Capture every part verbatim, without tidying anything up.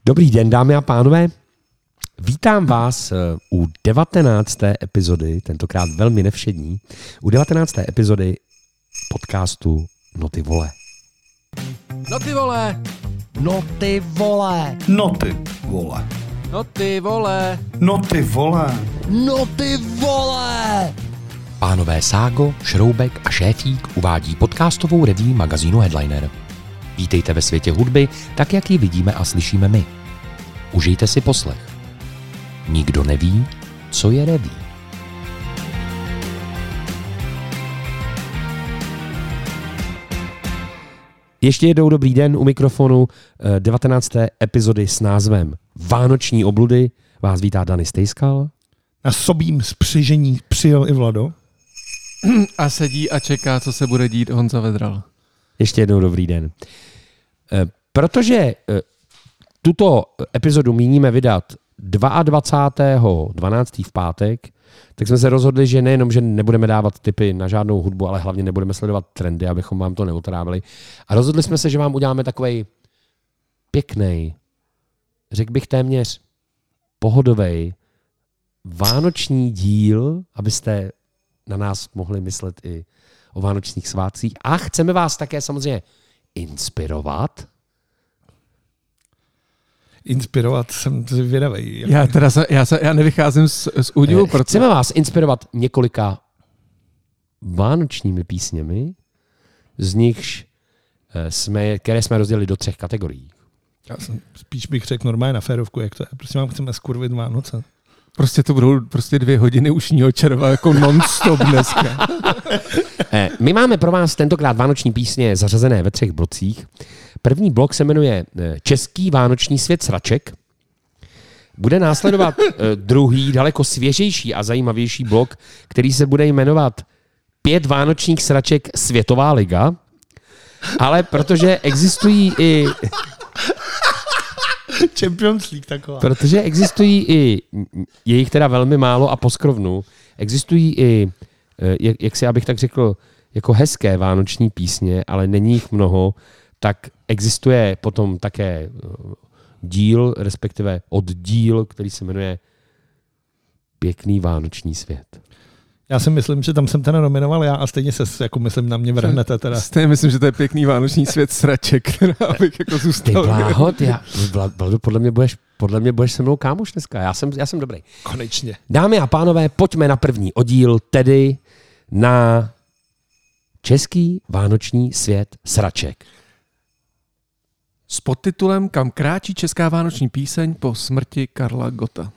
Dobrý den, dámy a pánové. Vítám vás u devatenácté epizody, tentokrát velmi nevšední, u devatenácté epizody podcastu No ty vole. No ty vole! No ty vole! No ty vole. No ty vole! No ty vole. No ty vole! Pánové Ságo, Šroubek a Šéfík uvádí podcastovou review magazínu Headliner. Vítejte ve světě hudby, tak jak ji vidíme a slyšíme my. Užijte si poslech. Nikdo neví, co je review. Ještě jednou dobrý den u mikrofonu devatenácté epizody s názvem Vánoční obludy. Vás vítá Dany Stejskal. Na sobým spřižení přijel i Vlado. A sedí a čeká, co se bude dít Honza Vedral. Ještě jednou dobrý den. Protože tuto epizodu míníme vydat dvacátého druhého dvanáctého v pátek, tak jsme se rozhodli, že nejenom, že nebudeme dávat tipy na žádnou hudbu, ale hlavně nebudeme sledovat trendy, abychom vám to neotrávili. A rozhodli jsme se, že vám uděláme takovej pěknej, řekl bych téměř pohodovej, vánoční díl, abyste na nás mohli myslet i o vánočních svátcích. A chceme vás také samozřejmě inspirovat. Inspirovat jsem zvědavej. Já teda se, já, se, já nevycházím z, z údivu. Eh, chceme vás inspirovat několika vánočními písněmi, z nichž jsme, které jsme rozdělili do třech kategorií. Já jsem spíš bych řekl normálně na férovku, jak to je. Prostě vám chceme skurvit Vánoce. Prostě to budou prostě dvě hodiny ušního červa jako non-stop dneska. My máme pro vás tentokrát vánoční písně zařazené ve třech blocích. První blok se jmenuje Český vánoční svět sraček. Bude následovat druhý, daleko svěžejší a zajímavější blok, který se bude jmenovat Pět vánočních sraček Světová liga. Ale protože existují i... Champions League taková. Protože existují i, je jich teda velmi málo a poskrovnu, existují i, jak, jak si abych tak řekl, jako hezké vánoční písně, ale není jich mnoho, tak existuje potom také díl, respektive oddíl, který se jmenuje Pěkný vánoční svět. Já si myslím, že tam jsem teda nominoval já a stejně se jako myslím na mě vrhnete teda. Stejně myslím, že to je pěkný vánoční svět sraček, která abych jako zůstal. Ty bláhod, já, Vlado, podle mě budeš, podle mě budeš se mnou kámoš dneska, já jsem, já jsem dobrý. Konečně. Dámy a pánové, pojďme na první oddíl, tedy na Český vánoční svět sraček. S podtitulem Kam kráčí česká vánoční píseň po smrti Karla Gotta.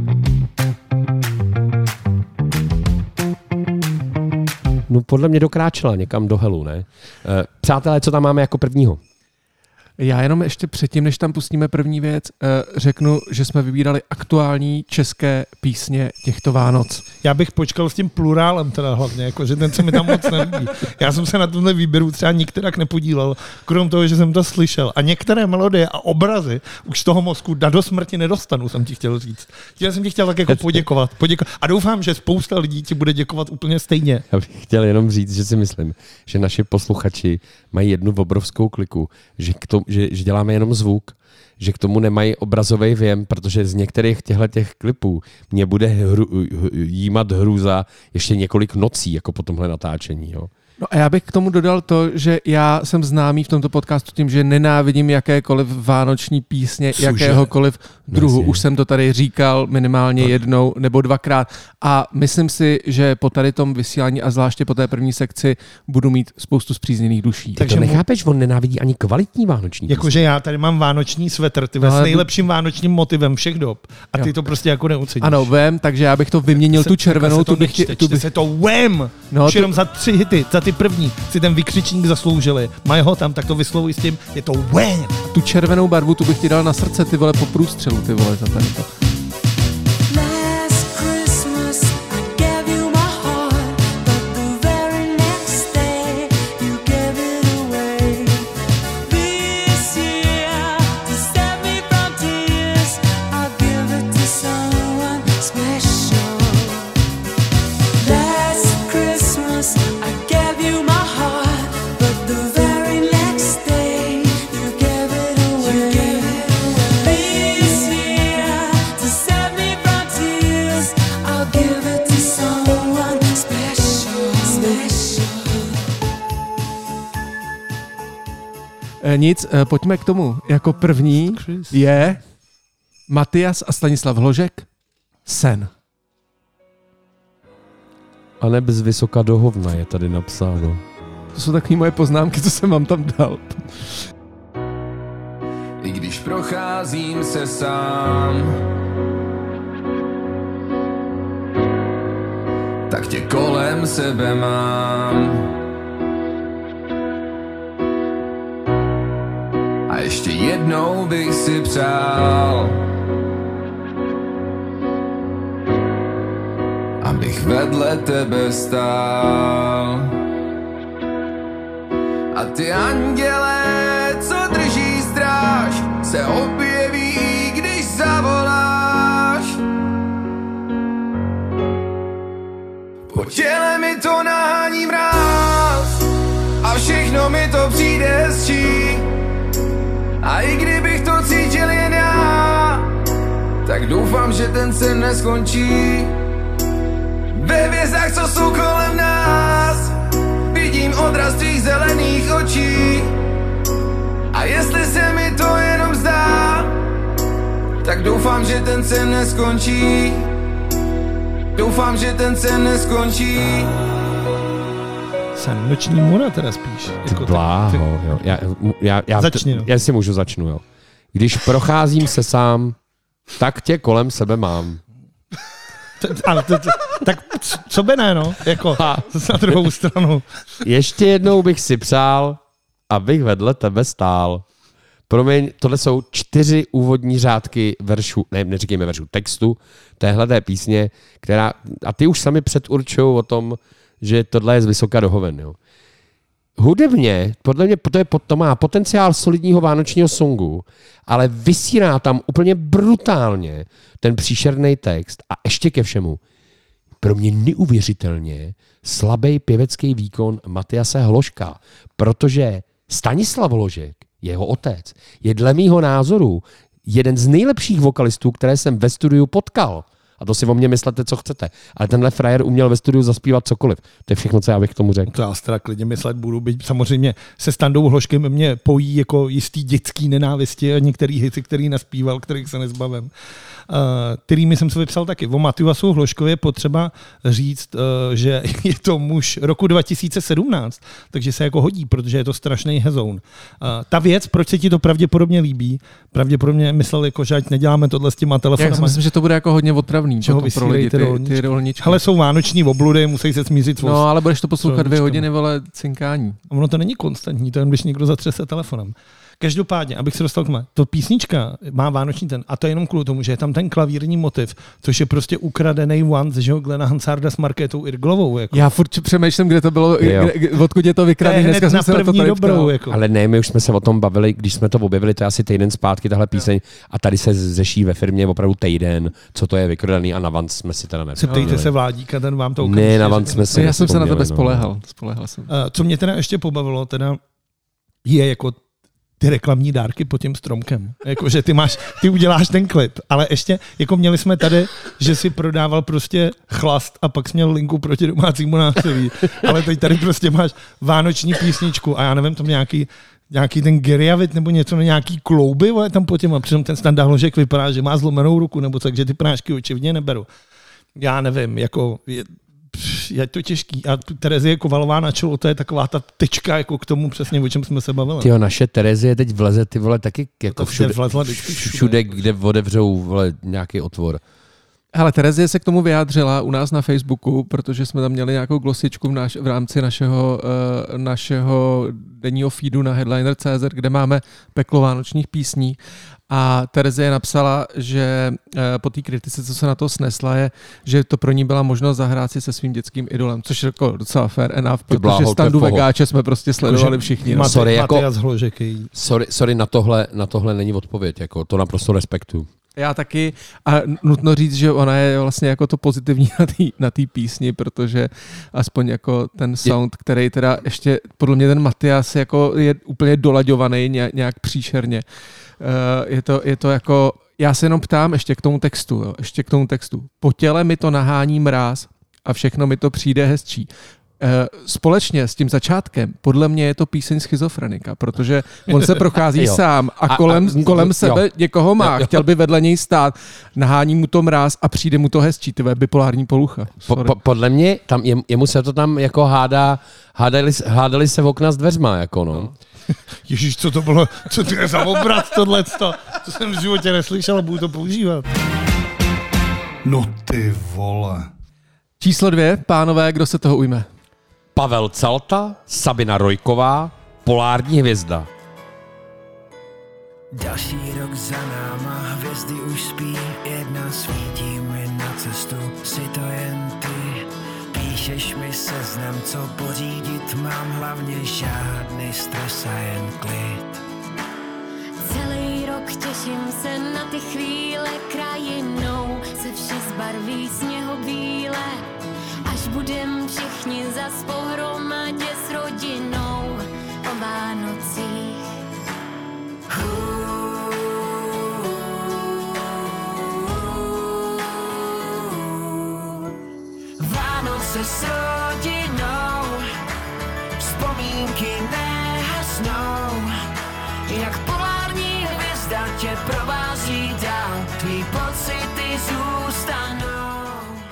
No podle mě dokráčela někam do helu, ne? Přátelé, co tam máme jako prvního? Já jenom ještě předtím, než tam pustíme první věc, řeknu, že jsme vybírali aktuální české písně těchto Vánoc. Já bych počkal s tím plurálem teda hlavně, jako, že ten se mi tam moc nelíbí. Já jsem se na tomhle výběru třeba nikterak nepodílel, krom toho, že jsem to slyšel. A některé melodie a obrazy už z toho mozku do smrti nedostanu, jsem ti chtěl říct. Já jsem ti chtěl tak jako poděkovat, poděkovat. A doufám, že spousta lidí ti bude děkovat úplně stejně. Já bych chtěl jenom říct, že si myslím, že naši posluchači mají jednu obrovskou kliku, že, k tomu, že, že děláme jenom zvuk, že k tomu nemají obrazový věm, protože z některých těch klipů mě bude hru, jímat hrůza ještě několik nocí, jako po tomhle natáčení. Jo. No a já bych k tomu dodal to, že já jsem známý v tomto podcastu tím, že nenávidím jakékoliv vánoční písně, Cože? jakéhokoliv druhu. Už jsem to tady říkal minimálně jednou nebo dvakrát a myslím si, že po tady tom vysílání a zvláště po té první sekci budu mít spoustu spřízněných duší. Takže to nechápeš, on nenávidí ani kvalitní vánoční písně. Jakože já tady mám vánoční svetr, ty no, s nejlepším vánočním motivem všech dob a ty jo. to prostě jako neuceníš. Ano, vem, takže já bych to vyměnil se, tu červenou, tu bych bych... Tu bych... se to vem! No, Už tu... jenom za tři hity, za ty první si ten vykřičník zasloužili. Mají ho tam, tak to vyslovuj s tím, je to wham! Tu červenou barvu, tu bych ti dal na srdce, ty vole, po průstřelu, ty vole, za tady to. Baby E, nic, e, pojďme k tomu. Jako první je Matias a Stanislav Hložek, Sen. A neb z vysoka do hovna je tady napsáno. To jsou takové moje poznámky, co jsem vám tam dal. I když procházím se sám, tak tě kolem sebe mám. A ještě jednou bych si přál, abych vedle tebe stál. A ty anděle, co drží stráž, se objeví, když zavoláš. Po těle mi to nahání mráz a všechno mi to přijde hezčí. A i kdybych to cítil jen já, tak doufám, že ten sen neskončí. Ve hvězdách, co jsou kolem nás, vidím odraz tvých zelených očí. A jestli se mi to jenom zdá, tak doufám, že ten sen neskončí. Doufám, že ten sen neskončí. Sen noční můra teda spíš. Jako Bláho, jo. Já, já, já, Začni, no. já si můžu začnu, jo. Když procházím se sám, tak tě kolem sebe mám. Ale to, to, tak co by ne, no? Jako na druhou stranu. Ještě jednou bych si přál, abych vedle tebe stál. Promiň, tohle jsou čtyři úvodní řádky veršu, ne, neříkejme veršu, textu téhleté písně, která, a ty už sami předurčují o tom, že tohle je z vysoka do hoven, jo. Hudebně, podle mě to, je, to má potenciál solidního vánočního songu, ale vysírá tam úplně brutálně ten příšerný text a ještě ke všemu. Pro mě neuvěřitelně slabý pěvecký výkon Matiase Hložka, protože Stanislav Hložek, jeho otec, je dle mýho názoru jeden z nejlepších vokalistů, které jsem ve studiu potkal. A to si o mě myslete, co chcete. Ale tenhle frajer uměl ve studiu zaspívat cokoliv. To je všechno, co já bych k tomu řekl. To já si teda klidně myslet budu. Byť samozřejmě se Standou Hložkem mě pojí jako jistý dětský nenávisti a některý hity, který naspíval, kterých se nezbavím. Uh, kterými jsem se vypsal taky. O Matiasu Hložkovi je potřeba říct, uh, že je to muž roku dva tisíce sedmnáct, takže se jako hodí, protože je to strašný hezoun. Uh, ta věc, proč se ti to pravděpodobně líbí, pravděpodobně myslel, jako, že ať neděláme tohle s těma telefonama. Já si myslím, že to bude jako hodně otravný. Čeho pro lidi, ty, rolničky. ty rolničky. Ale jsou vánoční obludy, musí se smířit. No, ale budeš to poslouchat dvě hodiny, vole, cinkání. A ono to není konstantní, to jen když někdo zatřese telefonem. Každopádně, abych se dostal k mě, to písnička má vánoční ten, a to je jenom kvůli tomu, že je tam ten klavírní motiv, což je prostě ukradený Once, že jo, Glena Hansarda s Markétou Irglovou. Jako. Já furt přemýšlím, kde to bylo, kde, odkud je to vykradené. Dneska jsem se na to tady dobrou, jako. Ale ne, my už jsme se o tom bavili, když jsme to objevili, to je asi týden zpátky, tahle píseň, a tady se řeší ve firmě opravdu týden, co to je vykradený, a na Vance jsme si teda nepřijeli. Ptejte se Vládíka, ten vám to ukáže. Ne, na Vance jsme si Já jsem se na tebe spolehal. spolehal jsem. Co mě teda ještě pobavilo, teda je jako ty reklamní dárky pod tím stromkem. Jako, že ty máš, ty uděláš ten klip, ale ještě, jako měli jsme tady, že si prodával prostě chlast a pak jsi měl linku proti domácímu násilí. Ale teď tady prostě máš vánoční písničku a já nevím, tam nějaký, nějaký ten geriavit nebo něco, nějaký klouby, ale tam pod těma, přitom ten Standa Hložek vypadá, že má zlomenou ruku, nebo tak, že ty prášky očividně neberu. Já nevím, jako... Je, je to těžký. A Terezie Kovalová na čelo, to je taková ta tečka jako k tomu přesně, o čem jsme se bavili. Tyjo, naše Terezie teď vleze, ty vole, taky jako všude, vlezla všude, všude, kde otevřou, vole, nějaký otvor. Hele, Terezie se k tomu vyjádřila u nás na Facebooku, protože jsme tam měli nějakou glosičku v, naš, v rámci našeho, uh, našeho denního feedu na Headliner tečka cé zet, kde máme peklo vánočních písní. A Terezie napsala, že uh, po té kritice, co se na to snesla, je, že to pro ní byla možnost zahrát si se svým dětským idolem, což je jako docela fair enough, protože bláho, Standu Vegáče jsme prostě sledovali všichni. No. Sorry, jako, Hložek, sorry, sorry, na tohle, na tohle není odpověď, jako, to naprosto respektuju. Já taky, a nutno říct, že ona je vlastně jako to pozitivní na té na té písni, protože aspoň jako ten sound, který teda ještě, podle mě ten Matias jako je úplně dolaďovaný nějak příšerně. Je to, je to jako, já se jenom ptám ještě k tomu textu, jo, ještě k tomu textu. Po těle mi to nahání mráz a všechno mi to přijde hezčí. společně s tím začátkem, podle mě je to píseň Schizofrenika, protože on se prochází sám a, a kolem, a, kolem jo. sebe někoho má, jo, jo. chtěl by vedle něj stát, nahání mu to mráz a přijde mu to hezčí, tyhle bipolární polucha. Po, po, podle mě, tam, jemu se to tam jako hádá, hádali, hádali se v okna s dveřma, jako no. no. Ježíš, co to bylo, co to je za obrat tohleto, to jsem v životě neslyšel a budu to používat. No ty vole. Číslo dvě, pánové, kdo se toho ujme? Pavel Calta, Sabina Rojková, Polární hvězda. Další rok za náma, hvězdy už spí, jedna svítí mi na cestu, si to jen ty. Píšeš mi seznam, co pořídit, mám hlavně žádný stres a jen klid. Celý rok těším se na ty chvíle, krajinou se vše zbarví sněhobíle, až budem všichni zas pohromadě s rodinou o Vánocích. Vánoce s rodinou, vzpomínky nehasnou, jak polární hvězda tě provází dál, tvý pocity zůstanou.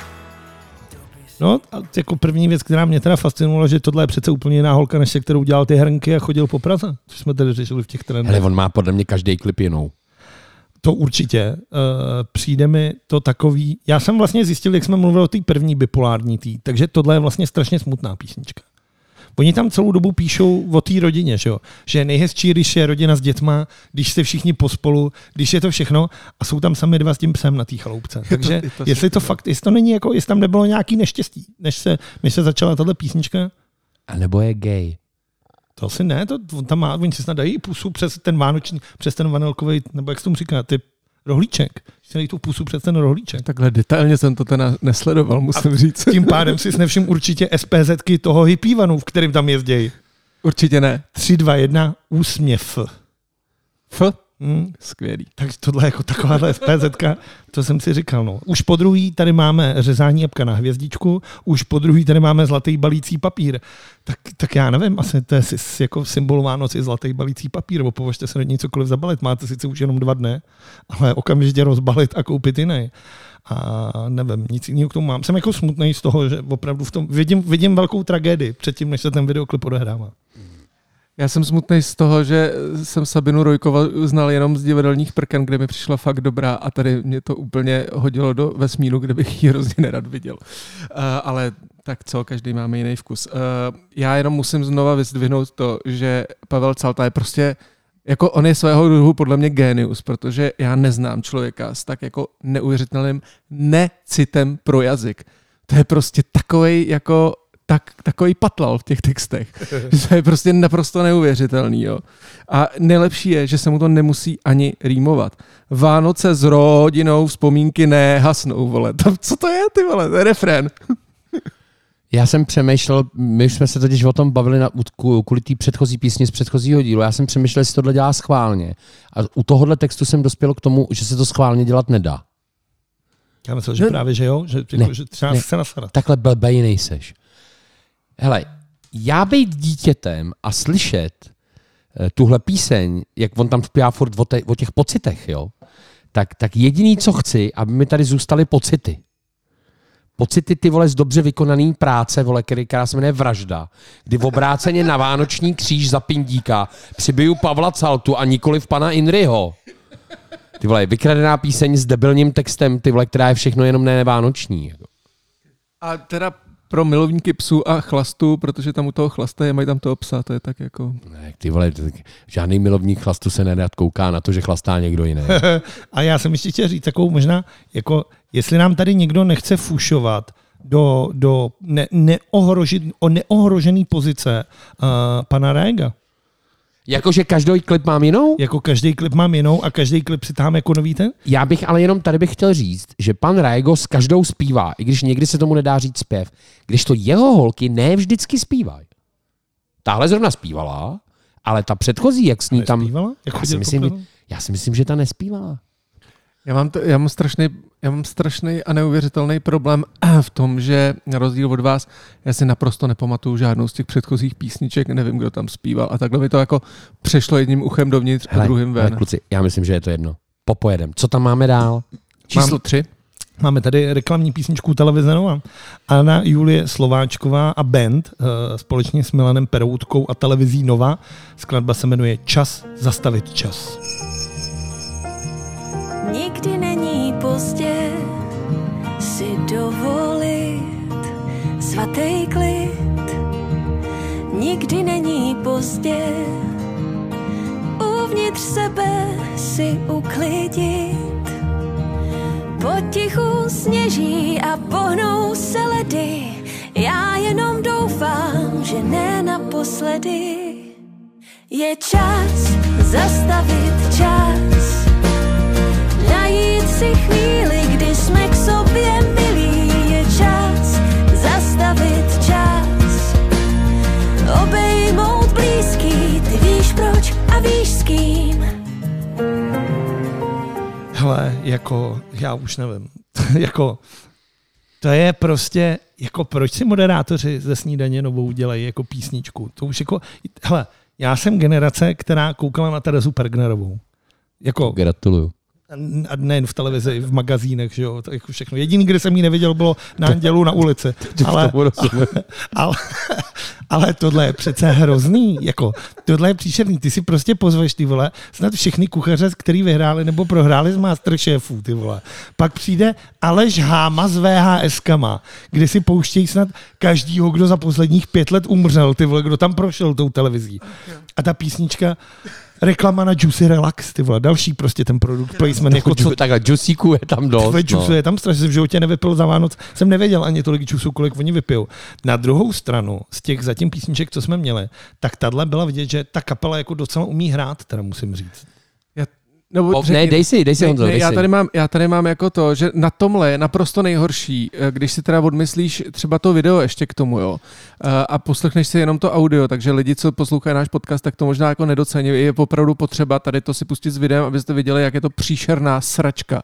No, a jako první věc, která mě teda fascinovala, že tohle je přece úplně jiná holka, než se kterou dělal ty hrnky a chodil po Praze. Což jsme tady řešili v těch trendech. Hele, on má podle mě každý klip jinou. To určitě. Uh, přijde mi to takový... Já jsem vlastně zjistil, jak jsme mluvili o té první bipolární tý, takže tohle je vlastně strašně smutná písnička. Oni tam celou dobu píšou o té rodině, že jo? Že je nejhezčí, když je rodina s dětma, když se všichni pospolu, když je to všechno a jsou tam sami dva s tím psem na té chaloupce. Takže to, to jestli to fakt, jestli to není jako, jestli tam nebylo nějaký neštěstí, než se, než se začala tato písnička. A nebo je gay. To asi ne, to on tam má, oni si snad dají pusu přes ten vánoční, přes ten vanilkový, nebo jak se tomu říká, ty rohlíček. Si dají tu pusu přes ten rohlíček. Takhle detailně jsem to teda nesledoval, musím a říct. Tím pádem si nevšim určitě SPZky toho hippievanu, v kterým tam jezdějí. Určitě ne. tři, dva, jedna, úsměv. F? Hmm, skvělý. Takže tohle jako takováhle SPZka, to jsem si říkal. No. Už po druhý tady máme řezání jabka na hvězdičku, už po druhý tady máme zlatý balící papír. Tak, tak já nevím, asi to je jako symbol Vánoc i zlatý balící papír, nebo považte se na něj cokoliv zabalit. Máte sice už jenom dva dny, ale okamžitě rozbalit a koupit jiný. A nevím, nic jiného k tomu mám. Jsem jako smutný z toho, že opravdu v tom vidím, vidím velkou tragédii předtím, než se ten videoklip odehrává. Já jsem smutný z toho, že jsem Sabinu Rojkovou znal jenom z divadelních prken, kde mi přišla fakt dobrá a tady mě to úplně hodilo do vesmíru, kde bych ji hrozně nerad viděl. Uh, ale tak co, každý máme jiný vkus. Uh, já jenom musím znova vyzdvihnout to, že Pavel Calta je prostě, jako on je svého druhu podle mě génius, protože já neznám člověka s tak jako neuvěřitelným necitem pro jazyk. To je prostě takovej jako Tak, takový patlal v těch textech. To je prostě naprosto neuvěřitelný. Jo. A nejlepší je, že se mu to nemusí ani rýmovat. Vánoce s rodinou, vzpomínky nehasnou, vole. To, co to je, ty vole? To je refrén. Já jsem přemýšlel, my jsme se totiž o tom bavili na, kvůli té předchozí písni z předchozího dílu. Já jsem přemýšlel, jestli tohle dělá schválně. A u tohohle textu jsem dospěl k tomu, že se to schválně dělat nedá. Já myslel, že ne, právě, že jo? Že, ne, že třeba ne, se nasadat. Takhle blbej nejseš. Hele, já být dítětem a slyšet uh, tuhle píseň, jak on tam zpívá furt o, te, o těch pocitech, jo, tak, tak jediný, co chci, aby mi tady zůstaly pocity. Pocity, ty vole, z dobře vykonaný práce, vole, která se jmenuje Vražda, kdy v obráceně na vánoční kříž za pindíka přibiju Pavla Caltu a nikoliv pana Inriho. Ty vole, vykradená píseň s debilním textem, ty vole, která je všechno jenom ne vánoční. Jako. A teda pro milovníky psů a chlastu, protože tam u toho chlasta mají tam toho psa, to je tak jako... Ne, ty vole, žádný milovník chlastu se nerad kouká na to, že chlastá někdo jiný. A já jsem ještě chtěl říct takovou možná, jako jestli nám tady někdo nechce fušovat do, do ne, neohrožit, o neohrožený pozice uh, pana Réga. Jakože každý klip mám jinou? Jako každý klip mám jinou a každý klip si tam jako nový ten? Já bych ale jenom tady bych chtěl říct, že pan Régo s každou zpívá, i když někdy se tomu nedá říct zpěv, když to jeho holky ne vždycky zpívají. Tahle zrovna zpívala, ale ta předchozí, jak s ní tam... Zpívala? Já si, myslím, já si myslím, že ta nespívala. Já mám, t- já mám strašný, já mám strašný a neuvěřitelný problém v tom, že na rozdíl od vás, já si naprosto nepamatuju žádnou z těch předchozích písniček, nevím, kdo tam zpíval a takhle mi to jako přešlo jedním uchem dovnitř a druhým ven. Hele, kluci, já myslím, že je to jedno. Popojedem. Co tam máme dál? Číslo tři. Máme tady reklamní písničku Televize Nova. Anna Julie Slováčková a band uh, společně s Milanem Peroutkou a Televizí Nova. Skladba se jmenuje Čas zastavit čas. Nikdy není pozdě si dovolit svatý klid. Nikdy není pozdě uvnitř sebe si uklidit. Potichu sněží a pohnou se ledy. Já jenom doufám, že ne naposledy. Je čas zastavit čas, najít si chvíli, kdy jsme k sobě milí. Je čas zastavit čas, obejmout blízký. Ty víš proč a víš s kým. Hele, jako, já už nevím, jako, to je prostě, jako proč si moderátoři ze Snídaně Novou dělají jako písničku, to už jako, hele, já jsem generace, která koukala na Terezu Pergnerovou, jako, gratuluju. A nejen v televizi, v magazínech, že jo, to jako všechno. Jediný, kde jsem ji neviděl, bylo na Andělu na ulici. Ale, ale, ale, ale tohle je přece hrozný, jako, tohle je příšerný. Ty si prostě pozveš, ty vole, snad všechny kuchaře, který vyhráli nebo prohráli z Masterchefů, ty vole. Pak přijde Aleš Háma s VHSkama, kde si pouštějí snad každýho, kdo za posledních pět let umřel, ty vole, kdo tam prošel tou televizí. A ta písnička reklama na Juicy Relax, ty vole, další prostě ten produkt placement. Jako co... Takhle juicíků je tam dost. Juice No. je tam strašně, v životě nevypil za Vánoc. Jsem nevěděl ani tolik juiceů, kolik oni vypijou. Na druhou stranu, z těch zatím písniček, co jsme měli, tak tahle byla vidět, že ta kapela jako docela umí hrát, teda musím říct. No, O, ne, dej si, dej si, Honzo, ne, dej já, si. tady mám, já tady mám jako to, že na tomhle je naprosto nejhorší, když si teda odmyslíš třeba to video ještě k tomu, jo, a poslechneš si jenom to audio, takže lidi, co poslouchají náš podcast, tak to možná jako nedocení. Je opravdu potřeba tady to si pustit s videem, abyste viděli, jak je to příšerná sračka.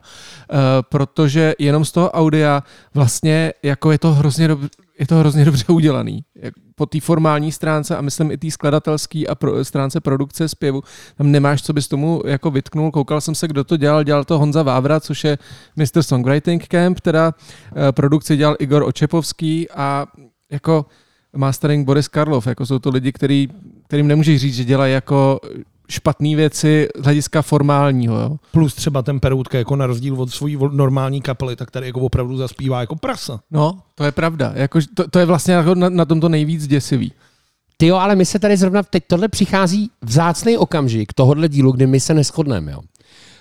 Protože jenom z toho audia vlastně jako je to hrozně dobře, je to hrozně dobře udělaný. Po té formální stránce a myslím i té skladatelské a pro, stránce produkce zpěvu, tam nemáš, co bys tomu jako vytknul. Koukal jsem se, kdo to dělal. Dělal to Honza Vávra, což je mister Songwriting Camp, teda produkci dělal Igor Očepovský a jako mastering Boris Karlov. Jako jsou to lidi, který, kterým nemůžeš říct, že dělají jako špatné věci z hlediska formálního. Jo. Plus třeba ten Peroutka jako na rozdíl od svojí normální kapely, tak tady jako opravdu zaspívá jako prasa. No, to je pravda. Jako, to, to je vlastně jako na, na tom to nejvíc děsivý. Ty jo, ale my se tady zrovna, teď tohle přichází vzácný okamžik tohohle dílu, kdy my se neshodneme, jo.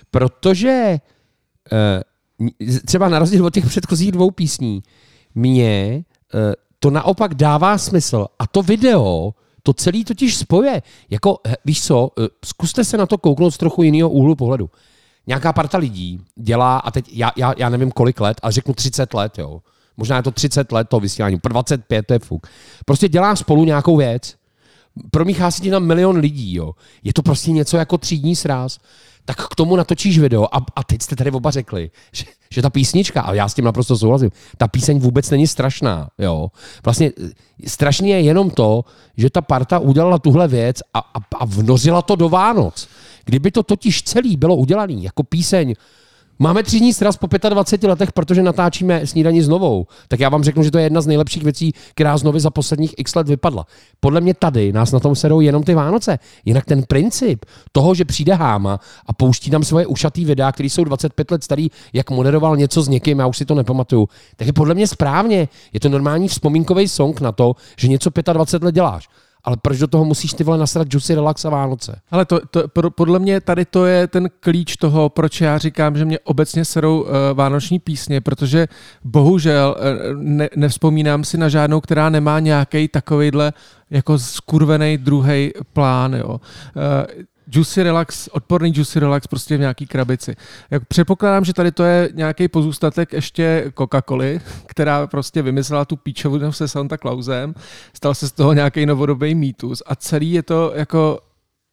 Protože eh, třeba na rozdíl od těch předchozích dvou písní, mně eh, to naopak dává smysl. A to video to celý totiž spoje. Jako, víš co, zkuste se na to kouknout z trochu jiného úhlu pohledu. Nějaká parta lidí dělá, a teď já, já, já nevím kolik let, ale řeknu třicet let, jo. Možná je to třicet let toho vysílání, po dvacet pět, to je fuk. Prostě dělá spolu nějakou věc, promíchá se ti na milion lidí, jo. Je to prostě něco jako třídní sráz. Tak k tomu natočíš video a, a teď jste tady oba řekli, že, že ta písnička, a já s tím naprosto souhlasím, ta píseň vůbec není strašná. Jo. Vlastně strašně je jenom to, že ta parta udělala tuhle věc a, a, a vnořila to do Vánoc. Kdyby to totiž celý bylo udělané jako píseň, máme třídní sraz po dvaceti pěti letech, protože natáčíme Snídani s Novou, tak já vám řeknu, že to je jedna z nejlepších věcí, která z Novy za posledních x let vypadla. Podle mě tady nás na tom serou jenom ty Vánoce. Jinak ten princip toho, že přijde Háma a pouští tam svoje ušatý videa, které jsou dvacet pět let starý, jak moderoval něco s někým, já už si to nepamatuju, tak je podle mě správně. Je to normální vzpomínkový song na to, že něco dvacet pět let děláš. Ale proč do toho musíš ty vole nasrat Juicy Relax a Vánoce? Ale to, to, podle mě tady to je ten klíč toho, proč já říkám, že mě obecně serou uh, vánoční písně, protože bohužel uh, ne, nevzpomínám si na žádnou, která nemá nějaký takovejhle jako skurvený druhý plán. Jo. Uh, Juicy Relax, odporný Juicy Relax prostě v nějaký krabici. Jak předpokládám, že tady to je nějaký pozůstatek ještě Coca-Coly, která prostě vymyslela tu píčovinu se Santa Clausem, stal se z toho nějaký novodobý mýtus a celý je to jako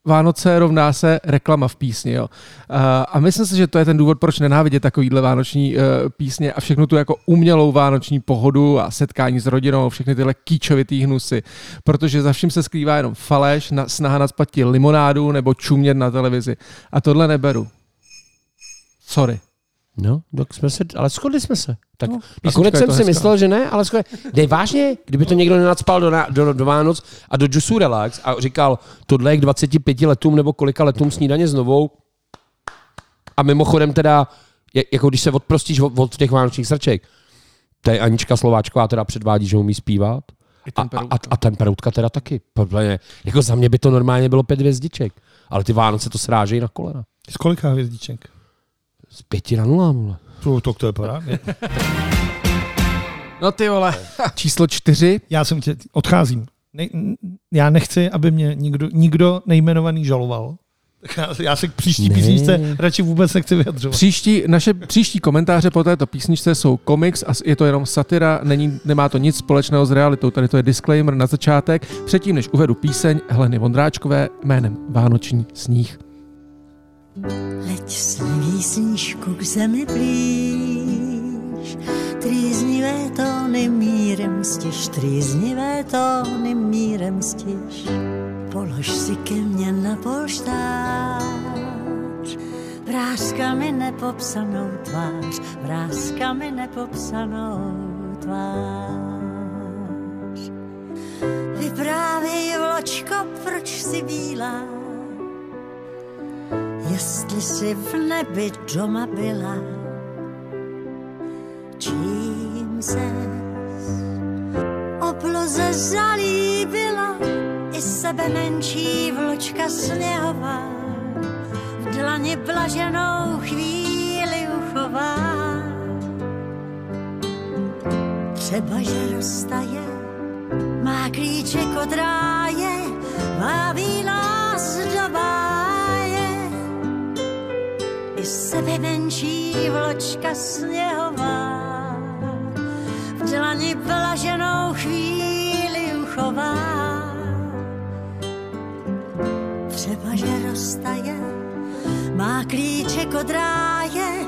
Vánoce rovná se reklama v písni. Jo. A myslím si, že to je ten důvod, proč nenávidět takovýhle vánoční písně a všechnu tu jako umělou vánoční pohodu a setkání s rodinou, všechny tyhle kýčovitý hnusy. Protože za vším se skrývá jenom faleš, snaha nacpat ti limonádu nebo čumět na televizi. A tohle neberu. Sorry. No, tak jsme se, ale shodli jsme se. Tak no, nakonec jsem si hezká. myslel, že ne, ale shodli. Dej vážně, kdyby to někdo nenacpal do, do, do Vánoc a do Juice Relax a říkal, tohle je k dvaceti pěti letům nebo kolika letům snídaně s novou. A mimochodem teda, jako když se odprostíš od, od těch vánočních srček, to je Anička Slováčková teda předvádí, že umí zpívat. A, a, a ten Peroutka teda taky. Jako za mě by to normálně bylo pět hvězdiček. Ale ty Vánoce to srážejí na kolena. Z kolika hvězdiček? Z pěti na nula, mule. To, to, to je právě. No ty vole. Číslo čtyři. Já jsem tě, odcházím. Ne, já nechci, aby mě nikdo, nikdo nejmenovaný žaloval. Já, já se k příští ne. písničce radši vůbec nechci vyjadřovat. Příští, naše příští komentáře po této písničce jsou komiks a je to jenom satira, není, nemá to nic společného s realitou. Tady to je disclaimer na začátek. Předtím, než uvedu píseň Heleny Vondráčkové jménem Vánoční sníh. Leď snivý snížku k zemi blíž, trýznivé tóny mírem stiž, trýznivé tóny mírem stiž. Polož si ke mně na polštář, vrázkami nepopsanou tvář, vrázkami nepopsanou tvář. Vyprávěj, vločko, proč jsi bílá, jestli jsi v nebi doma byla, čím ses obloze zalíbila, i sebe menší vločka sněhová, v dlani blaženou chvíli uchová. Třeba, že roztaje, má klíček od ráje, váví nás do báje. I sebe menší vločka sněhová, v dlani blaženou chvíli uchová. Třeba, že roztaje, má klíček od ráje,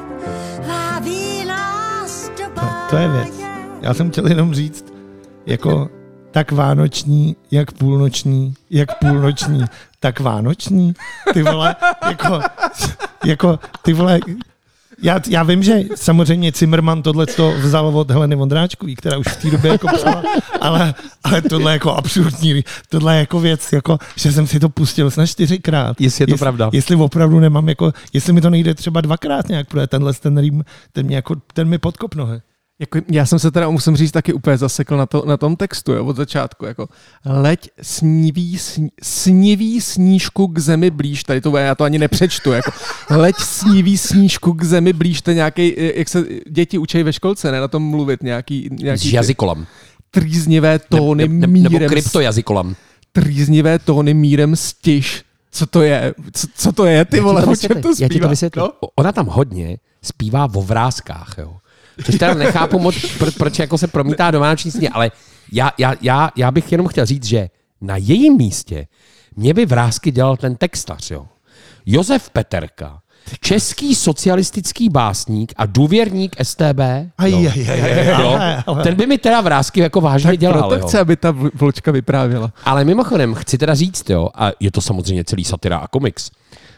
vábí nás do báje. To je věc. Já jsem chtěl jenom říct, jako tak vánoční, jak půlnoční, jak půlnoční, tak vánoční. Ty vole, jako, jako ty vole, já, já vím, že samozřejmě Zimmerman tohleto vzal od Heleny Vondráčkový, která už v té době jako psala, ale, ale tohle jako absurdní, tohle je jako věc, jako, že jsem si to pustil snad čtyřikrát. Jestli je to Jest, pravda. Jestli opravdu nemám, jako, jestli mi to nejde třeba dvakrát nějak, protože tenhle ten rým, ten, mě jako, ten mi podkop nohy. Jako, já jsem se teda, musím říct, taky úplně zasekl na, to, na tom textu, jo, od začátku. Jako, leď sniví, sní, sniví snížku k zemi blíž, tady to já to ani nepřečtu. Jako, leď sniví snížku k zemi blíž, to je nějaký, jak se děti učí ve školce, ne, na tom mluvit, nějaký... nějaký jazykolam. Trýznivé tóny ne, ne, mírem... Nebo kryptojazykolam. Trýznivé tóny mírem stiž. Co to je? Co, co to je, ty vole, o čem to zpívá? Já ti to vysvětlím. No? Ona tam hodně zpívá o vrázkách, jo. Což teda nechápu moc, pro, proč jako se promítá do vánoční sně, ale já, já, já, já bych jenom chtěl říct, že na jejím místě mě by vrásky dělal ten textař, jo. Josef Peterka, český socialistický básník a důvěrník S T B. Aj, aj, aj, aj, jo. Ten by mi teda vrásky jako vážně tak dělal. Tak proto chce, aby ta vločka vyprávěla. Ale mimochodem, chci teda říct, jo, a je to samozřejmě celý satira a komiks,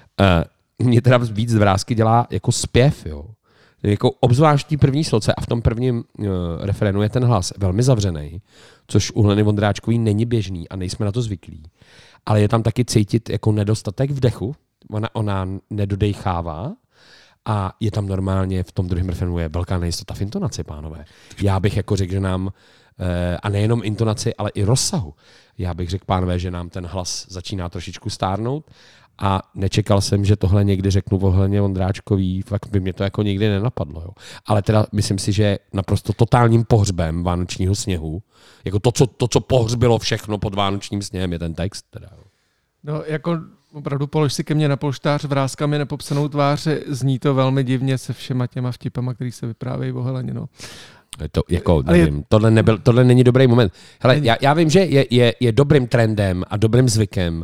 uh, mě teda víc vrásky dělá jako zpěv, jo. Jako obzvláštní první sloce a v tom prvním uh, referenu je ten hlas velmi zavřený, což u Heleny Vondráčkový není běžný a nejsme na to zvyklí. Ale je tam taky cítit jako nedostatek vdechu, ona, ona nedodejchává a je tam normálně v tom druhém refrenu je velká nejistota v intonaci, pánové. Já bych jako řekl, že nám, uh, a nejenom intonaci, ale i rozsahu, já bych řekl, pánové, že nám ten hlas začíná trošičku stárnout. A nečekal jsem, že tohle někdy řeknu o Heleně Vondráčkový, fakt by mě to jako nikdy nenapadlo. Jo. Ale teda myslím si, že naprosto totálním pohřbem vánočního sněhu, jako to, co, to, co pohřbilo všechno pod vánočním sněhem, je ten text. Teda. No jako opravdu polož si ke mně na polštář vrázkami nepopsanou tvář, zní to velmi divně se všema těma vtipama, který se vyprávějí o Heleně. No. To, jako, nevím, je... tohle, nebyl, tohle není dobrý moment. Hele, já, já vím, že je, je, je dobrým trendem a dobrým zvykem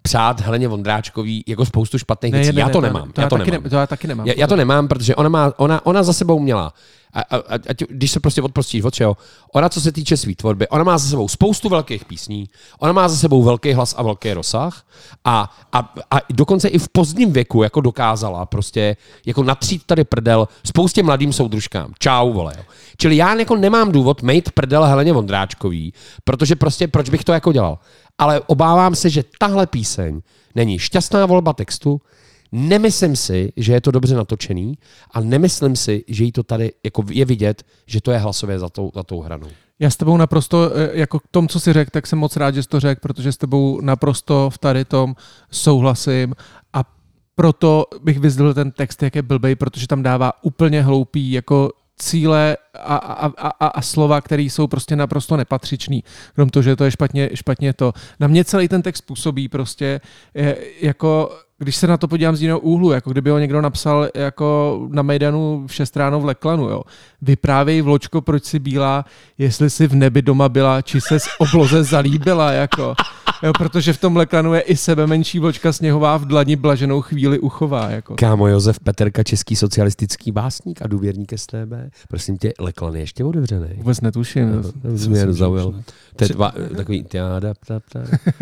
přát Heleně Vondráčkový jako spoustu špatných ne, věcí. Ne, já ne, to to, nemám. To já já, to taky nemám. Ne, to já taky nemám. Já, já to nemám, protože ona, má, ona, ona za sebou měla, a, a, a, když se prostě odprostíš od čeho, ona co se týče své tvorby, ona má za sebou spoustu velkých písní, ona má za sebou velký hlas a velký rozsah a, a, a dokonce i v pozdním věku jako dokázala prostě jako natřít tady prdel spoustě mladým soudružkám. Čau, vole. Jo. Čili já jako nemám důvod mejt prdel Heleně Vondráčkový, protože prostě proč bych to jako dělal. Ale obávám se, že tahle píseň není šťastná volba textu, nemyslím si, že je to dobře natočený a nemyslím si, že jí to tady jako je vidět, že to je hlasově za tou, za tou hranou. Já s tebou naprosto, jako k tomu, co jsi řekl, tak jsem moc rád, že jsi to řekl, protože s tebou naprosto v tady tom souhlasím a proto bych vyzdvihl ten text, jak je blbej, protože tam dává úplně hloupý jako cíle a, a, a, a slova, které jsou prostě naprosto nepatřičný. Krom toho, že to je špatně, špatně to. Na mě celý ten text působí prostě je, jako, když se na to podívám z jiného úhlu, jako kdyby ho někdo napsal jako na Mejdanu v šest ráno v Leklanu. Jo. Vyprávěj, vločko, proč jsi bílá, jestli jsi v nebi doma byla, či se z obloze zalíbila. Jako. Jo, protože v tom Leklanu je i sebe menší vločka sněhová v dlani blaženou chvíli uchová. Jako. Kámo, Josef Peterka, český socialistický básník a důvěrník S T B. Prosím tě, Leklan je ještě otevřený. Vůbec netuším. No, to mě zaujalo. To je dva, takový tjádap, tap, tap.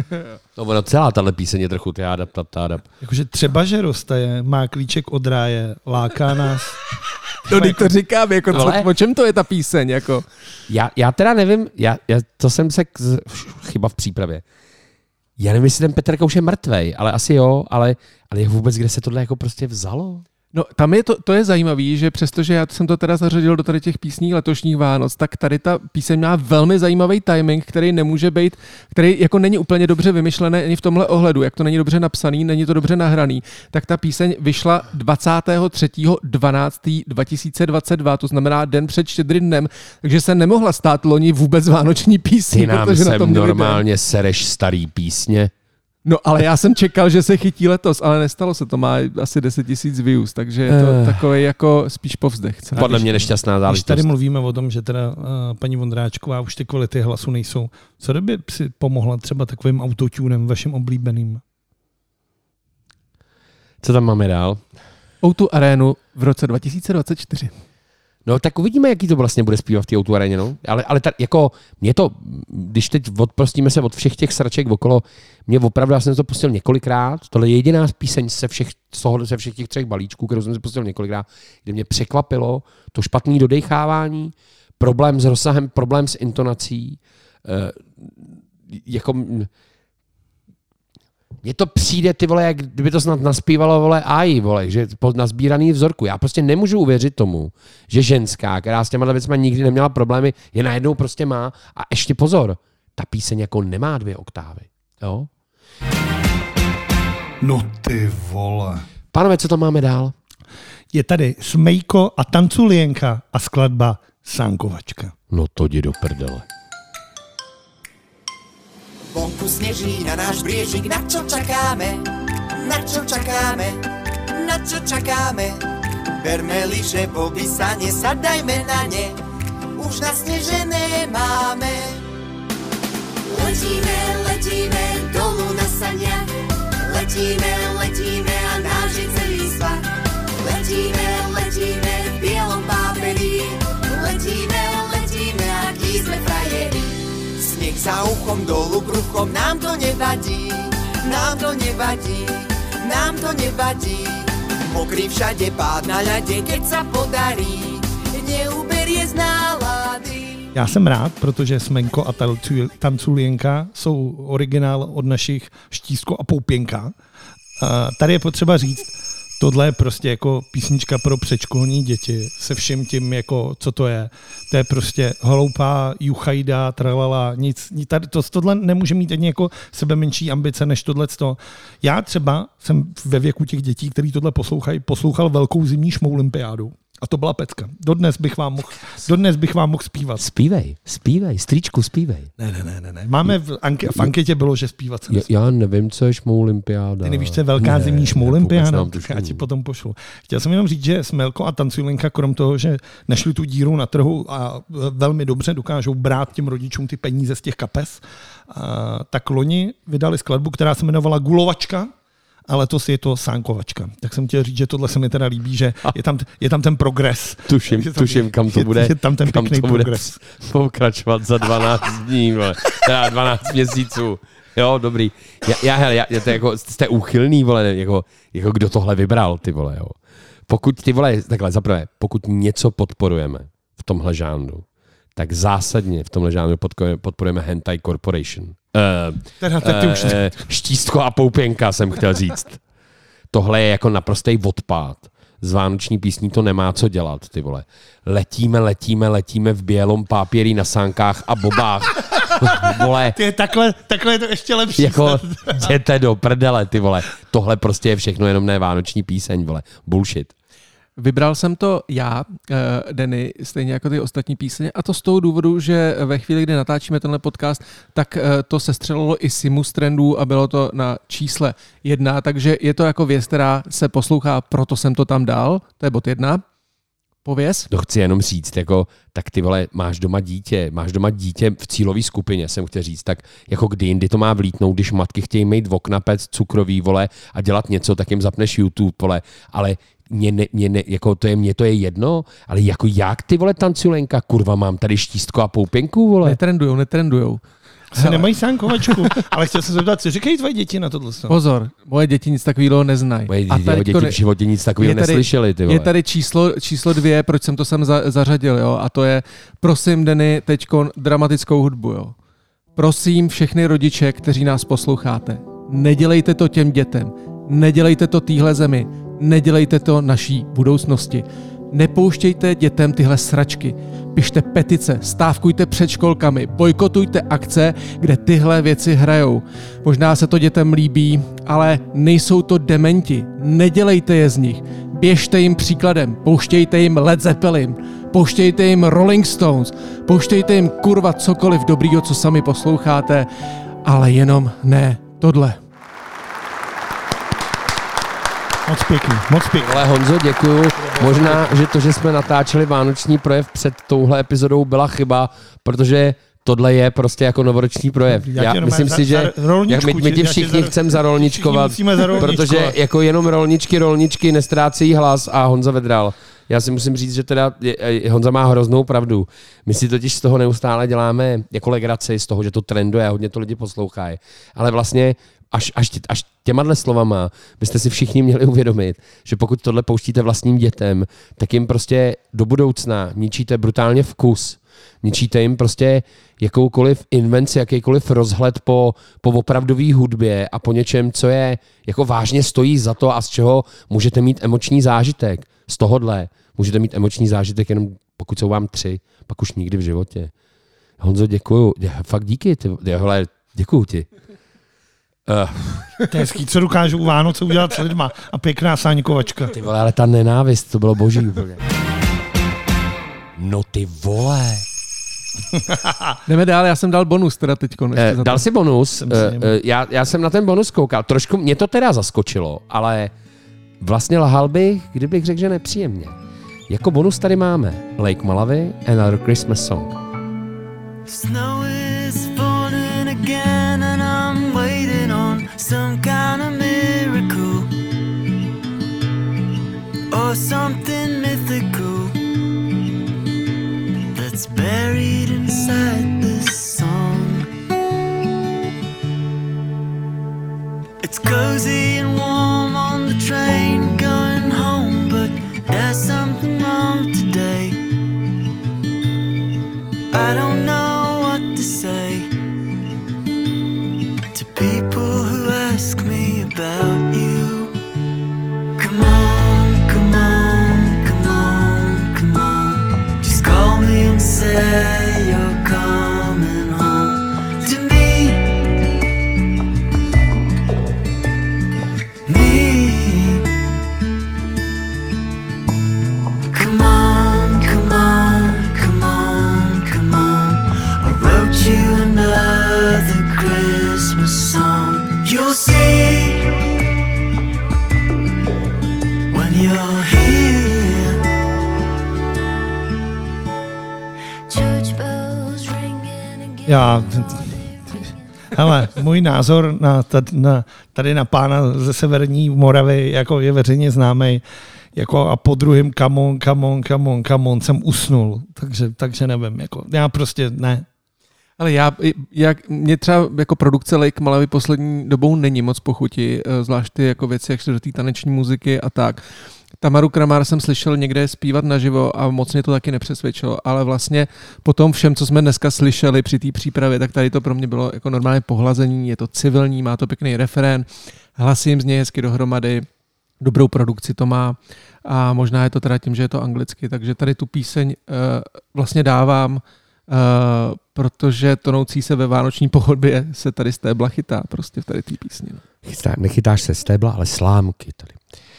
No, ono celá tahle píseň je trochu tjádap, tap, tádap. Jakože třeba, že roztaje, má klíček od ráje, láká nás. No, teď to říkám, jako, co, Ale... o čem to je ta píseň? Jako? Já, já teda nevím, já, já, to jsem se k, chyba v přípravě. Já nevím, jestli ten Petrka už je mrtvej, ale asi jo, ale, ale je vůbec, kde se tohle jako prostě vzalo? No, tam je to, to je zajímavý, že přestože já jsem to teda zařadil do tady těch písní letošních Vánoc, tak tady ta píseň má velmi zajímavý timing, který nemůže být, který jako není úplně dobře vymyšlený ani v tomhle ohledu, jak to není dobře napsaný, není to dobře nahraný, tak ta píseň vyšla dvacátého třetího dvanáctého dva tisíce dvacet dva, to znamená den před Štědrým dnem, takže se nemohla stát loni vůbec vánoční písní. Ty nám protože sem na tom normálně den. Sereš starý písně. No, ale já jsem čekal, že se chytí letos, ale nestalo se, to má asi deset tisíc views, takže je to uh. takový jako spíš povzdech. Podle mě nešťastná záležitost. Když tady mluvíme o tom, že teda uh, paní Vondráčková už ty kvality hlasu nejsou, co by si pomohla třeba takovým autotunem vašim oblíbeným? Co tam máme dál? ó dva Arénu v roce dva tisíce dvacet čtyři. No tak uvidíme, jaký to vlastně bude zpívat v té ó dva aréně, no. Ale, ale tak jako, mě to, když teď odprostíme se od všech těch sraček okolo, mě opravdu, já jsem to pustil několikrát, tohle je jediná píseň se všech, ze všech těch třech balíčků, kterou jsem si pustil několikrát, kde mě překvapilo to špatné dodechávání, problém s rozsahem, problém s intonací, eh, jako... Mně to přijde, ty vole, jak kdyby to snad naspívalo, vole, aj, vole, že po nazbíraný vzorku. Já prostě nemůžu uvěřit tomu, že ženská, která s těma věcma nikdy neměla problémy, je najednou prostě má. A ještě pozor, ta píseň jako nemá dvě oktávy. Jo? No ty vole. Pánové, co tam máme dál? Je tady Smejko a Tanculienka a skladba Sánkovačka. No to jdi do prdele. Vonku sneží na náš briežik, na čo čakáme? Na čo čakáme? Na čo čakáme? Berme lyže, boby sane, sadajme na ne. Už nasnežené máme. Letíme, letíme dolu na saniach. Letíme, letíme a náš je celý svah. Letíme, letíme v bielom páperi. Letíme, letíme, aký sme frajeri. Sneh za uchom, dolu bruchom, nám to nevadí, nám to nevadí, nám to nevadí. Mokrý všade, pád na ľade, keď sa podarí, neuberie z nálady. Já jsem rád, protože Smenko a Tanculienka jsou originál od našich Štísko a Poupěnka. Tady je potřeba říct, tohle je prostě jako písnička pro předškolní děti se vším tím, jako, co to je. To je prostě hloupá juchajda, tralala, nic. Tady, to, tohle nemůže mít ani jako sebe menší ambice než tohleto. Já třeba jsem ve věku těch dětí, kteří tohle poslouchají, poslouchal Velkou zimní šmoulympiádu. A to byla pecka. Dodnes bych vám mohl, dodnes bych vám mohl zpívat. Zpívej, zpívej, strýčku, zpívej. Ne, ne, ne, ne. ne. Máme v, anke, v anketě bylo, že zpívat se nesmí. Já nevím, co je šmoulympiáda. Ty nevíš, co je velká ne, zimní šmoulympiáda? Já ti potom pošlu. Chtěl jsem jenom říct, že Smelko a Tanculinka, krom toho, že nešli tu díru na trhu a velmi dobře dokážou brát těm rodičům ty peníze z těch kapes, a, tak loni vydali skladbu, která se jmenovala Gulovačka, ale to si je to sánkovačka. Tak jsem chtěl říct, že tohle se mi teda líbí, že je tam, je tam ten progres. Tuším, tam, tuším, kam to bude, je, je tam ten kam pěkný to bude progres. pokračovat za dvanáct dní, vole. Teda dvanáct měsíců. Jo, dobrý. Já, já, hele, já, to jako, jste úchylný, vole, jako, jako kdo tohle vybral, ty vole, jo. Pokud, ty vole, takhle, zaprvé, pokud něco podporujeme v tomhle žánru, tak zásadně v tomhle žánru podporujeme Hentai Corporation. Uh, teda, tak ty už... uh, štístko a poupěnka jsem chtěl říct. Tohle je jako naprostý odpad. Z vánoční písní to nemá co dělat, ty vole. Letíme, letíme, letíme v bělom papíry na sánkách a bobách. Vole. Ty, takhle, takhle je to ještě lepší. Jako jděte do prdele, ty vole. Tohle prostě je všechno jenom ne vánoční píseň, vole. Bullshit. Vybral jsem to já, Denny, stejně jako ty ostatní písně, a to z toho důvodu, že ve chvíli, kdy natáčíme tenhle podcast, tak to sestřelilo i Simu z trendů a bylo to na čísle jedna, takže je to jako věc, která se poslouchá, proto jsem to tam dal, to je bod jedna. Pověz? To chci jenom říct, jako, tak ty vole, máš doma dítě, máš doma dítě v cílové skupině, jsem chtěl říct, tak jako kdy jindy to má vlítnout, když matky chtějí mít v okna pec cukrový, vole, a dělat něco, tak jim zapneš YouTube, vole, ale Mě, ne, mě, ne, jako to je, mě to je jedno, ale jako jak ty vole Tanculenka, kurva, mám tady štístko a poupěnku, vole. Netrendujou, netrendujou. Se nemají sánkovačku, ale chtěl jsem se zeptat, co říkají tvoje děti na tohle? Pozor, moje děti nic takového neznají. Moje děti v životě nic takového neslyšeli, ty vole. Je tady číslo, číslo dvě, proč jsem to sem za, zařadil, jo, a to je, prosím, Denny, teďkon dramatickou hudbu, jo. Prosím všechny rodiče, kteří nás posloucháte, nedělejte to těm dětem, nedělejte to téhle zemi, nedělejte to naší budoucnosti. Nepouštějte dětem tyhle sračky. Pište petice, stávkujte před školkami, bojkotujte akce, kde tyhle věci hrajou. Možná se to dětem líbí, ale nejsou to dementi. Nedělejte je z nich. Běžte jim příkladem. Pouštějte jim Led Zeppelin. Pouštějte jim Rolling Stones. Pouštějte jim kurva cokoliv dobrýho, co sami posloucháte, ale jenom ne tohle. Moc pěkný, moc pěkný. Ale Honzo, děkuju. Možná, že to, že jsme natáčeli vánoční projev před touhle epizodou, byla chyba, protože tohle je prostě jako novoroční projev. Já, já myslím si, že jak my, my ti všichni za, chceme zarolničkovat, protože jako jenom rolničky, rolničky nestrácejí hlas a Honza Vedral. Já si musím říct, že teda Honza má hroznou pravdu. My si totiž z toho neustále děláme jako legraci, z toho, že to trenduje a hodně to lidi poslouchají. Ale vlastně až, až, tě, až těma slovama byste si všichni měli uvědomit, že pokud tohle pouštíte vlastním dětem, tak jim prostě do budoucna ničíte brutálně vkus. Ničíte jim prostě jakoukoliv invenci, jakýkoliv rozhled po, po opravdové hudbě a po něčem, co je jako vážně stojí za to a z čeho můžete mít emoční zážitek. Z tohohle můžete mít emoční zážitek jenom pokud jsou vám tři, pak už nikdy v životě. Honzo, děkuju. Dě, fakt díky. Ty, hele, děkuju ti. Uh. To je hezký, co dokážu Vánoce udělat s lidma a pěkná sáňkovačka. Ty vole, ale ta nenávist, to bylo boží úplně. No ty vole. Jdeme dál, já jsem dal bonus teda teďko. Eh, dal si bonus, eh, eh, já, já jsem na ten bonus koukal, trošku mě to teda zaskočilo, ale vlastně lhal bych, kdybych řekl, že nepříjemně. Jako bonus tady máme Lake Malawi, Another Christmas Song. Snow is falling again and I'm waiting on some kind of miracle or something mythical that's buried inside this song. It's cozy and warm on the train going home, but there's something wrong today. I don't know what to say to people who ask me about you. Come on, come on, come on, come on. Just call me and say you're coming home to me. Me. Come on. Já... Hele, můj názor na, na, tady na pána ze severní Moravy jako je veřejně známý. Jako a po druhém come on, come on, come on, come on jsem usnul. Takže, takže nevím. Jako, já prostě ne. Ale já, jak, mě třeba jako produkce Lake Malawi poslední dobou není moc pochuti, zvlášť ty jako věci, jak se do té taneční muziky a tak. Tamaru Kramár jsem slyšel někde zpívat naživo a moc mě to taky nepřesvědčilo, ale vlastně po tom všem, co jsme dneska slyšeli při té přípravě, tak tady to pro mě bylo jako normálně pohlazení, je to civilní, má to pěkný refrén, hlasy jim znějí hezky dohromady, dobrou produkci to má a možná je to teda tím, že je to anglicky, takže tady tu píseň uh, vlastně dávám, uh, protože tonoucí se ve vánoční pohodbě se tady stébla chytá prostě v tady té písni. Chytá, nechytáš se stébla, ale slámky tady.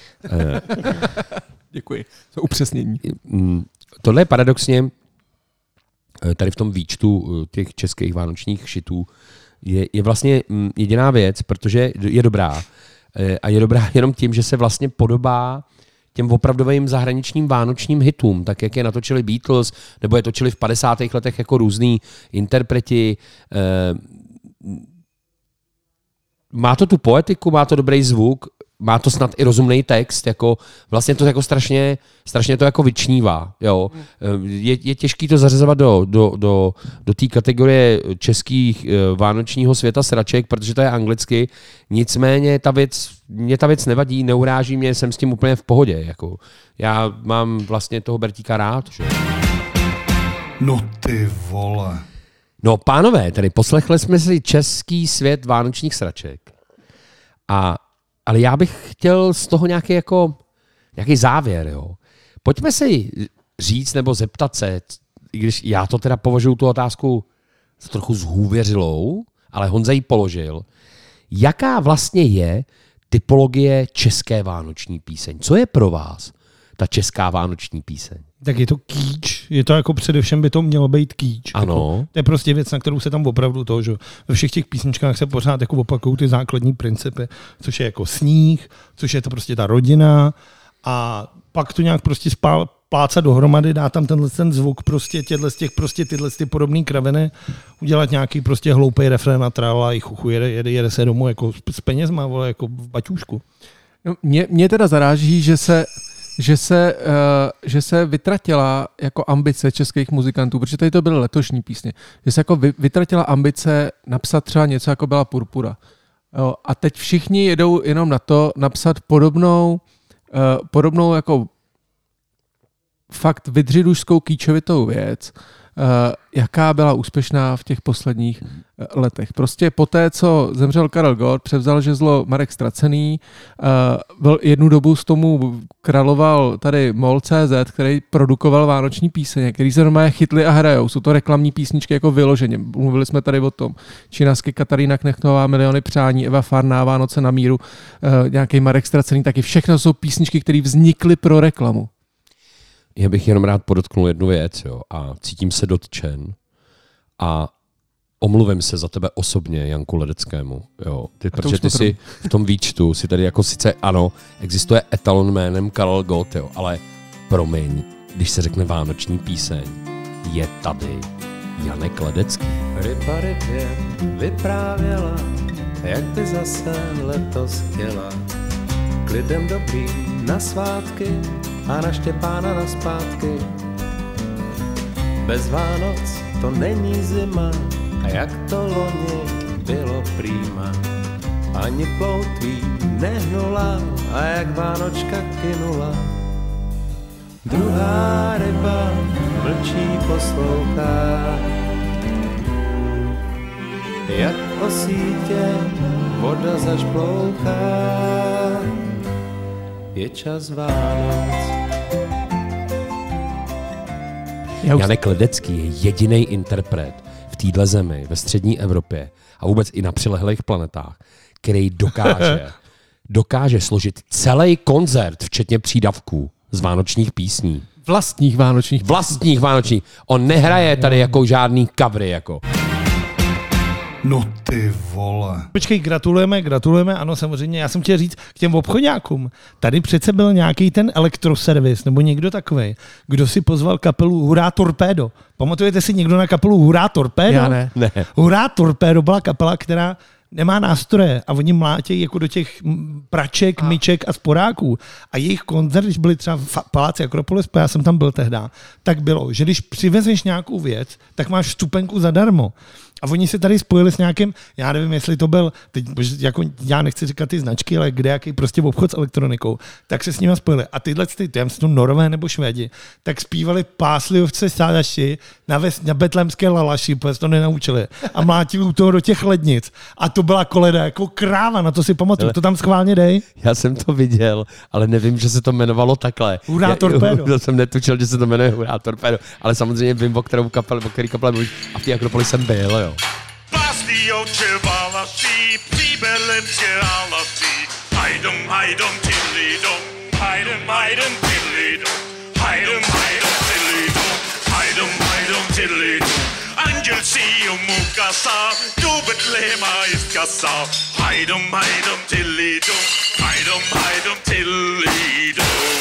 Děkuji za upřesnění. Tohle je paradoxně tady v tom výčtu těch českých vánočních šitů je, je vlastně jediná věc, protože je dobrá. A je dobrá jenom tím, že se vlastně podobá těm opravdovým zahraničním vánočním hitům, tak jak je natočili Beatles, nebo je točili v padesátých letech jako různý interpreti. Má to tu poetiku, má to dobrý zvuk, má to snad i rozumný text, jako vlastně to jako strašně, strašně to jako vyčnívá. Jo. Je, je těžký to zařazovat do, do, do, do té kategorie českých vánočního světa sraček, protože to je anglicky. Nicméně ta věc, mě ta věc nevadí, neuráží mě, jsem s tím úplně v pohodě. Jako. Já mám vlastně toho Bertíka rád. Že? No ty vole. No pánové, tady poslechli jsme si český svět vánočních sraček. A ale já bych chtěl z toho nějaký, jako, nějaký závěr. Jo. Pojďme si říct nebo zeptat se, i když já to teda považuji tu otázku trochu zhůvěřilou, ale Honza ji položil. Jaká vlastně je typologie české vánoční píseň? Co je pro vás ta česká vánoční píseň? Tak je to kýč. Je to jako především by to mělo být kýč. Ano. Jako, to je prostě věc, na kterou se tam opravdu to, že ve všech těch písničkách se pořád jako opakují ty základní principy, což je jako sníh, což je to prostě ta rodina a pak to nějak prostě spál, pláca dohromady, dá tam tenhle ten zvuk prostě těhle z těch prostě tyhle ty podobné kraviny, udělat nějaký prostě hloupý refrén a trala i chuchu, jede, jede, jede se domů jako s penězma, vole, jako v baťůžku. No, mě, mě teda zaráží, že se Že se, uh, že se vytratila jako ambice českých muzikantů, protože tady to byly letošní písně, že se jako vy, vytratila ambice napsat třeba něco, jako byla Purpura. Jo, a teď všichni jedou jenom na to napsat podobnou, uh, podobnou jako fakt vydřidušskou kýčovitou věc, uh, jaká byla úspěšná v těch posledních uh, letech. Prostě poté, co zemřel Karel Gott, převzal žezlo Marek Stracený, uh, jednu dobu s tomu královal tady Mol tečka cé zet, který produkoval vánoční píseně, který se normálně chytli a hrajou. Jsou to reklamní písničky jako vyloženě. Mluvili jsme tady o tom. Činasky, Katarína Knechtová, Miliony přání, Eva Farná, Vánoce na míru, uh, nějaký Marek Stracený, taky všechno jsou písničky, které vznikly pro reklamu. Já bych jenom rád podotknul jednu věc, jo, a cítím se dotčen a omluvím se za tebe osobně, Janku Ledeckému, jo, ty, protože ty si v tom výčtu si tady jako sice ano, existuje etalon jménem Karel Gott, jo, ale promiň, když se řekne vánoční píseň, je tady Janek Ledecký. Ryba rybě vyprávěla, jak by zase letos chtěla, k lidem dobrý na svátky a na Štěpána na zpátky. Bez Vánoc to není zima a jak to loni bylo prýma. Ani ploutví nehnula a jak Vánočka kynula. Druhá ryba mlčí poslouchá, jak po sítě voda zašplouchá. Je čas Vánoc. Janek Ledecký je jediný interpret v téhle zemi, ve střední Evropě a vůbec i na přilehlých planetách, který dokáže, dokáže složit celý koncert, včetně přídavků z vánočních písní. Vlastních vánočních písní. Vlastních vánočních. On nehraje tady jako žádný covery. Jako. No ty vole. Počkej, gratulujeme, gratulujeme, ano, samozřejmě, já jsem chtěl říct k těm obchodňákům. Tady přece byl nějaký ten elektroservis, nebo někdo takovej, kdo si pozval kapelu Hurá Torpédo. Pamatujete si někdo na kapelu Hurá Torpédo? Já ne. Ne. Hurá Torpédo byla kapela, která nemá nástroje a oni mlátějí jako do těch praček, a. myček a sporáků. A jejich koncert, když byli třeba v Paláci Akropolis, já jsem tam byl tehda, tak bylo, že když přivezeš nějakou věc, tak máš vstupenku zadarmo. A oni se tady spojili s nějakým, já nevím, jestli to byl, teď, jako já nechci říkat ty značky, ale kde jaký prostě obchod s elektronikou, tak se s nimi spojili. A tyhle, ty, ty, to Norové nebo Švédi, tak zpívali Pásliovce sádaši na, ves, na betlémské lalaši, protože to nenaučili. A mlátili u toho do těch lednic. A to byla koleda jako kráva, na to si pamatuju. To tam schválně dej. Já jsem to viděl, ale nevím, že se to jmenovalo takhle. Hurá Torpédo. Já jsem netučil, že se to jmenuje Hurá Torpédo, ale samozřejmě vím, o kterou kapelu, o který kapele mluvíš. A v té Akropoli jsem byl, jo. Pásliovče valaší, příbelemské halaší. Hajdom, hajdom, tidlidom, hajdem, hajdem, tidlidom, hajdem, hajdem, tidlidom, hajdem, hajdem, tidlidom. Anděl si mu kasal, do Betléma jest kasal. Hajdom, hajdom, tidlidom, hajdom, hajdom, tidlidom.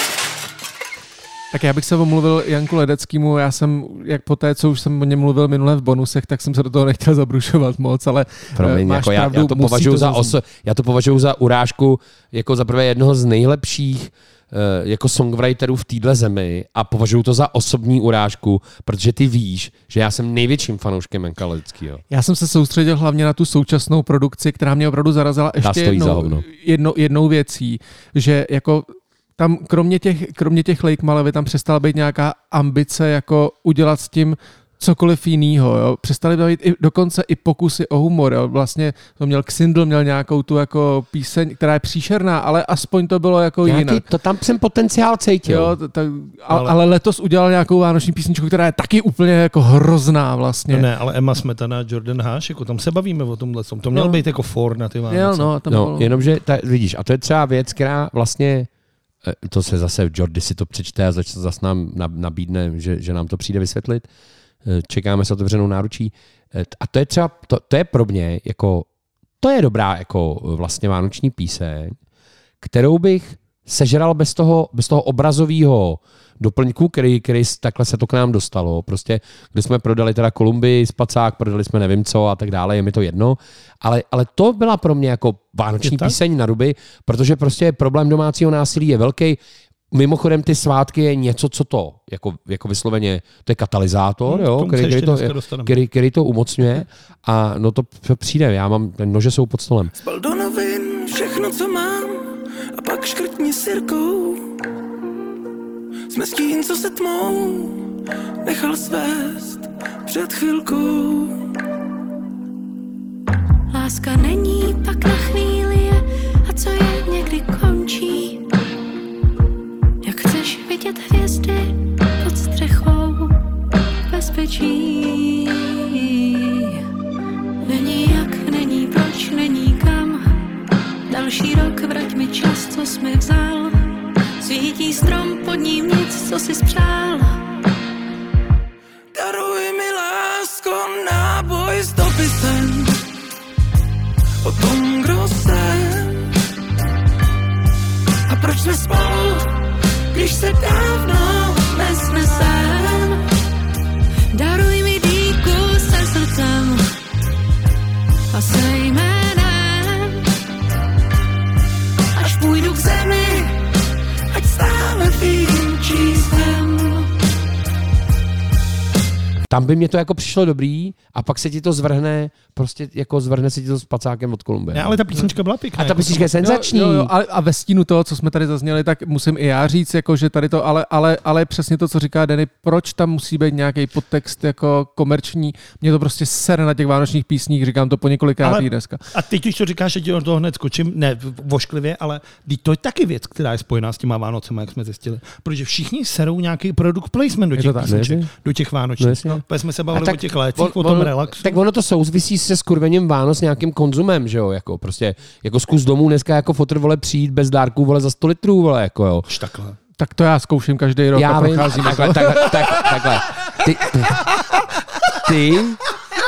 Tak já bych se omluvil Janku Ledeckýmu, já jsem, jak po té, co už jsem o něm mluvil minule v bonusech, tak jsem se do toho nechtěl zabrušovat moc, ale Promiň, máš jako já, pravdu, já, to považuji to za oso, já to považuji za urážku jako za prvé jednoho z nejlepších jako songwriterů v téhle zemi a považuji to za osobní urážku, protože ty víš, že já jsem největším fanouškem Janka Ledeckýho. Já jsem se soustředil hlavně na tu současnou produkci, která mě opravdu zarazila ještě jednou, jednou, jednou věcí, že jako tam kromě těch, kromě těch Lake Malevy tam přestala být nějaká ambice jako udělat s tím cokoliv jinýho, jo. Přestaly být i, dokonce i pokusy o humor, jo. Vlastně to měl Xindl, měl nějakou tu jako píseň, která je příšerná, ale aspoň to bylo jako Nějaký, jinak. To tam jsem potenciál cítil. Jo, to, to, ale, ale letos udělal nějakou vánoční písničku, která je taky úplně jako hrozná vlastně. No ne, ale Emma Smetana, Jordan Háš, jako tam se bavíme o tomhle. To měl no. být jako for na ty Vánoce. Jo, no, tam no, bylo. Jenomže, ta, vidíš, a to je třeba věc, která vlastně to se zase Jordy si to přečte a zase nám nabídne, že, že nám to přijde vysvětlit. Čekáme s otevřenou náručí. A to je třeba, to, to je pro mě jako, to je dobrá jako vlastně vánoční píseň, kterou bych sežral bez toho, bez toho obrazového doplňku, který, který takhle se to k nám dostalo. Prostě, kde jsme prodali teda Kolumbii, Spacák, prodali jsme nevím co a tak dále, je mi to jedno. Ale, ale to byla pro mě jako vánoční píseň na ruby, protože prostě problém domácího násilí je velký. Mimochodem ty svátky je něco, co to, jako, jako vysloveně, to je katalyzátor, hmm, jo, který, který, to, který, který to umocňuje a no to přijde, já mám, nože jsou pod stolem. Zbal do novin všechno, co mám a pak škrtni sirkou. Jsme stín, co se tmou nechal svést před chvilkou. Láska není, pak na chvíli je a co je někdy končí. Jak chceš vidět hvězdy pod střechou bezpečí. Není jak, není proč, není kam. Další rok vrať mi čas, co jsi mi vzal. Svítí strom, pod ním nic, co jsi spřál. Daruj mi lásko, náboj s dopisem o tom, kdo jsem a proč jsme spolu, když se dávno nesnesem. Daruj mi dýku se srdcem a se jménem, až půjdu k zemi, ať stále tvým číslem. Tam by mě to jako přišlo dobrý a pak se ti to zvrhne, prostě jako zvrhne se ti to s Pacákem od Kolumbie. Ne, ale ta písnička byla pěkná. A ta písnička je senzační. Jo, jo, jo, a ve stínu toho, co jsme tady zazněli, tak musím i já říct, jako, že tady to, ale, ale, ale přesně to, co říká Denny, proč tam musí být nějaký podtext jako komerční, mě to prostě sere na těch vánočních písních, říkám to po několikátý dneska. A teď, když to říkáš, že ti do toho hned skočím, ne vošklivě, ale to je taky věc, která je spojená s těma Vánocema, jak jsme zjistili. Protože všichni serou nějaký product placement do těch písniček, do těch vánočních. No, jsme se bavili tak, o těch lécích, o tom relaxu. Tak ono to souvisí se skurvením Vánoc nějakým konzumem, že jo, jako prostě, jako zkus domů dneska jako fotr, vole, přijít bez dárků, vole, za sto litrů, vole, jako jo. Už takhle. Tak to já zkouším každý rok já a vím, procházím. Takhle, takhle, tak, takhle. Ty, ty, ty,